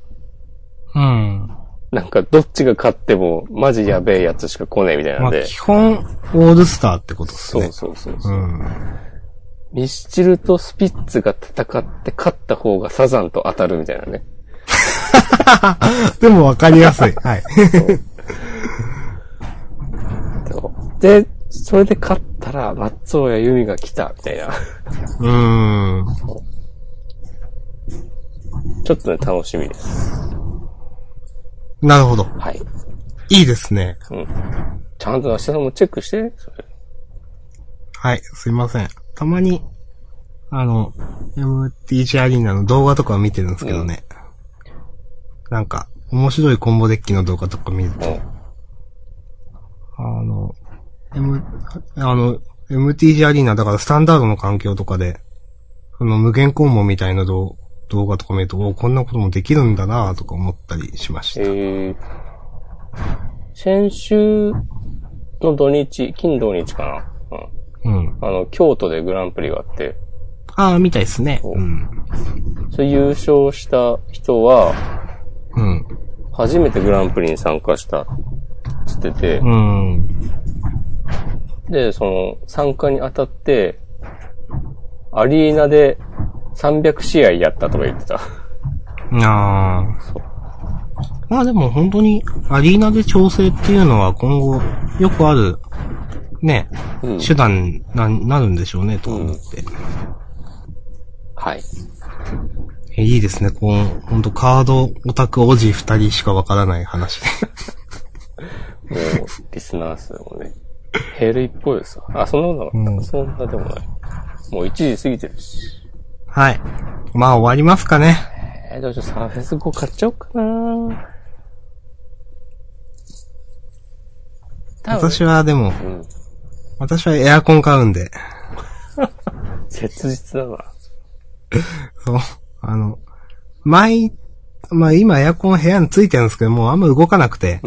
なんか、どっちが勝っても、マジやべえやつしか来ねえみたいなんで。 基本、オールスターってことですね。 そう。ミスチルとスピッツが戦って勝った方がサザンと当たるみたいなね。 でもわかりやすい。はい。 で、それで勝ったら、松尾谷由実が来た、みたいな。ちょっとね、楽しみです。 なるほど。 はい。 いいですね。 ちゃんと明日もチェックして、それ。 はい、すいません。たまに、MTG アリーナの動画とかを見てるんですけどね。なんか、面白いコンボデッキの動画とか見ると、MTG アリーナだからスタンダードの環境とかで、無限コンボみたいな動画とか見ると、こんなこともできるんだなぁとか思ったりしました。 先週の土日、金土日かな。京都でグランプリがあって。 みたいですね。 それ優勝した人は、初めてグランプリに参加したつってて、で、参加にあたって、アリーナで300試合やったとか言ってた。 まあでも本当にアリーナで調整っていうのは今後よくあるね、手段になるんでしょうねと思って。 はい。 いいですね。ほんとカードオタクおじ2人しかわからない話で。 もう、リスナー数もね、減る一方ですわ。そんなことなかった。そんなでもない。もう1時過ぎてるし。 はい。まあ終わりますかね。 どうしよう、サーフェス5買っちゃおうかな。 私はでも、私はエアコン買うんで。 切実だな。 そう。まあ今エアコン部屋についてるんですけど、もうあんま動かなくて。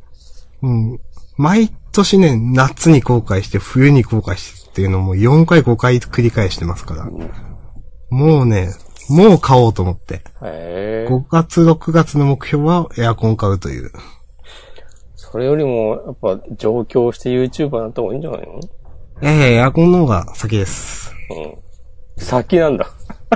毎年ね、夏に後悔して、冬に後悔してっていうのをもう4回5回繰り返してますから。もうね、もう買おうと思って。5月6月の目標はエアコン買うという。 それよりも、やっぱ上京して YouTuber になった方がいいんじゃないの？ エアコンの方が先です。 先なんだ。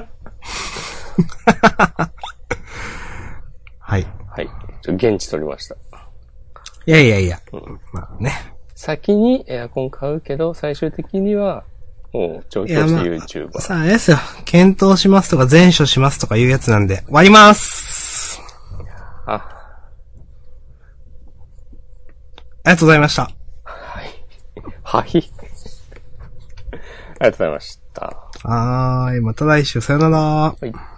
はい。 はい。現地取りました。 いや。まあね。 先にエアコン買うけど、最終的には、もう上京して YouTuber。 さあ、あれですよ。検討しますとか前処しますとかいうやつなんで、終わります。ありがとうございました。 はい。ありがとうございました。 また来週、さよなら。 はい。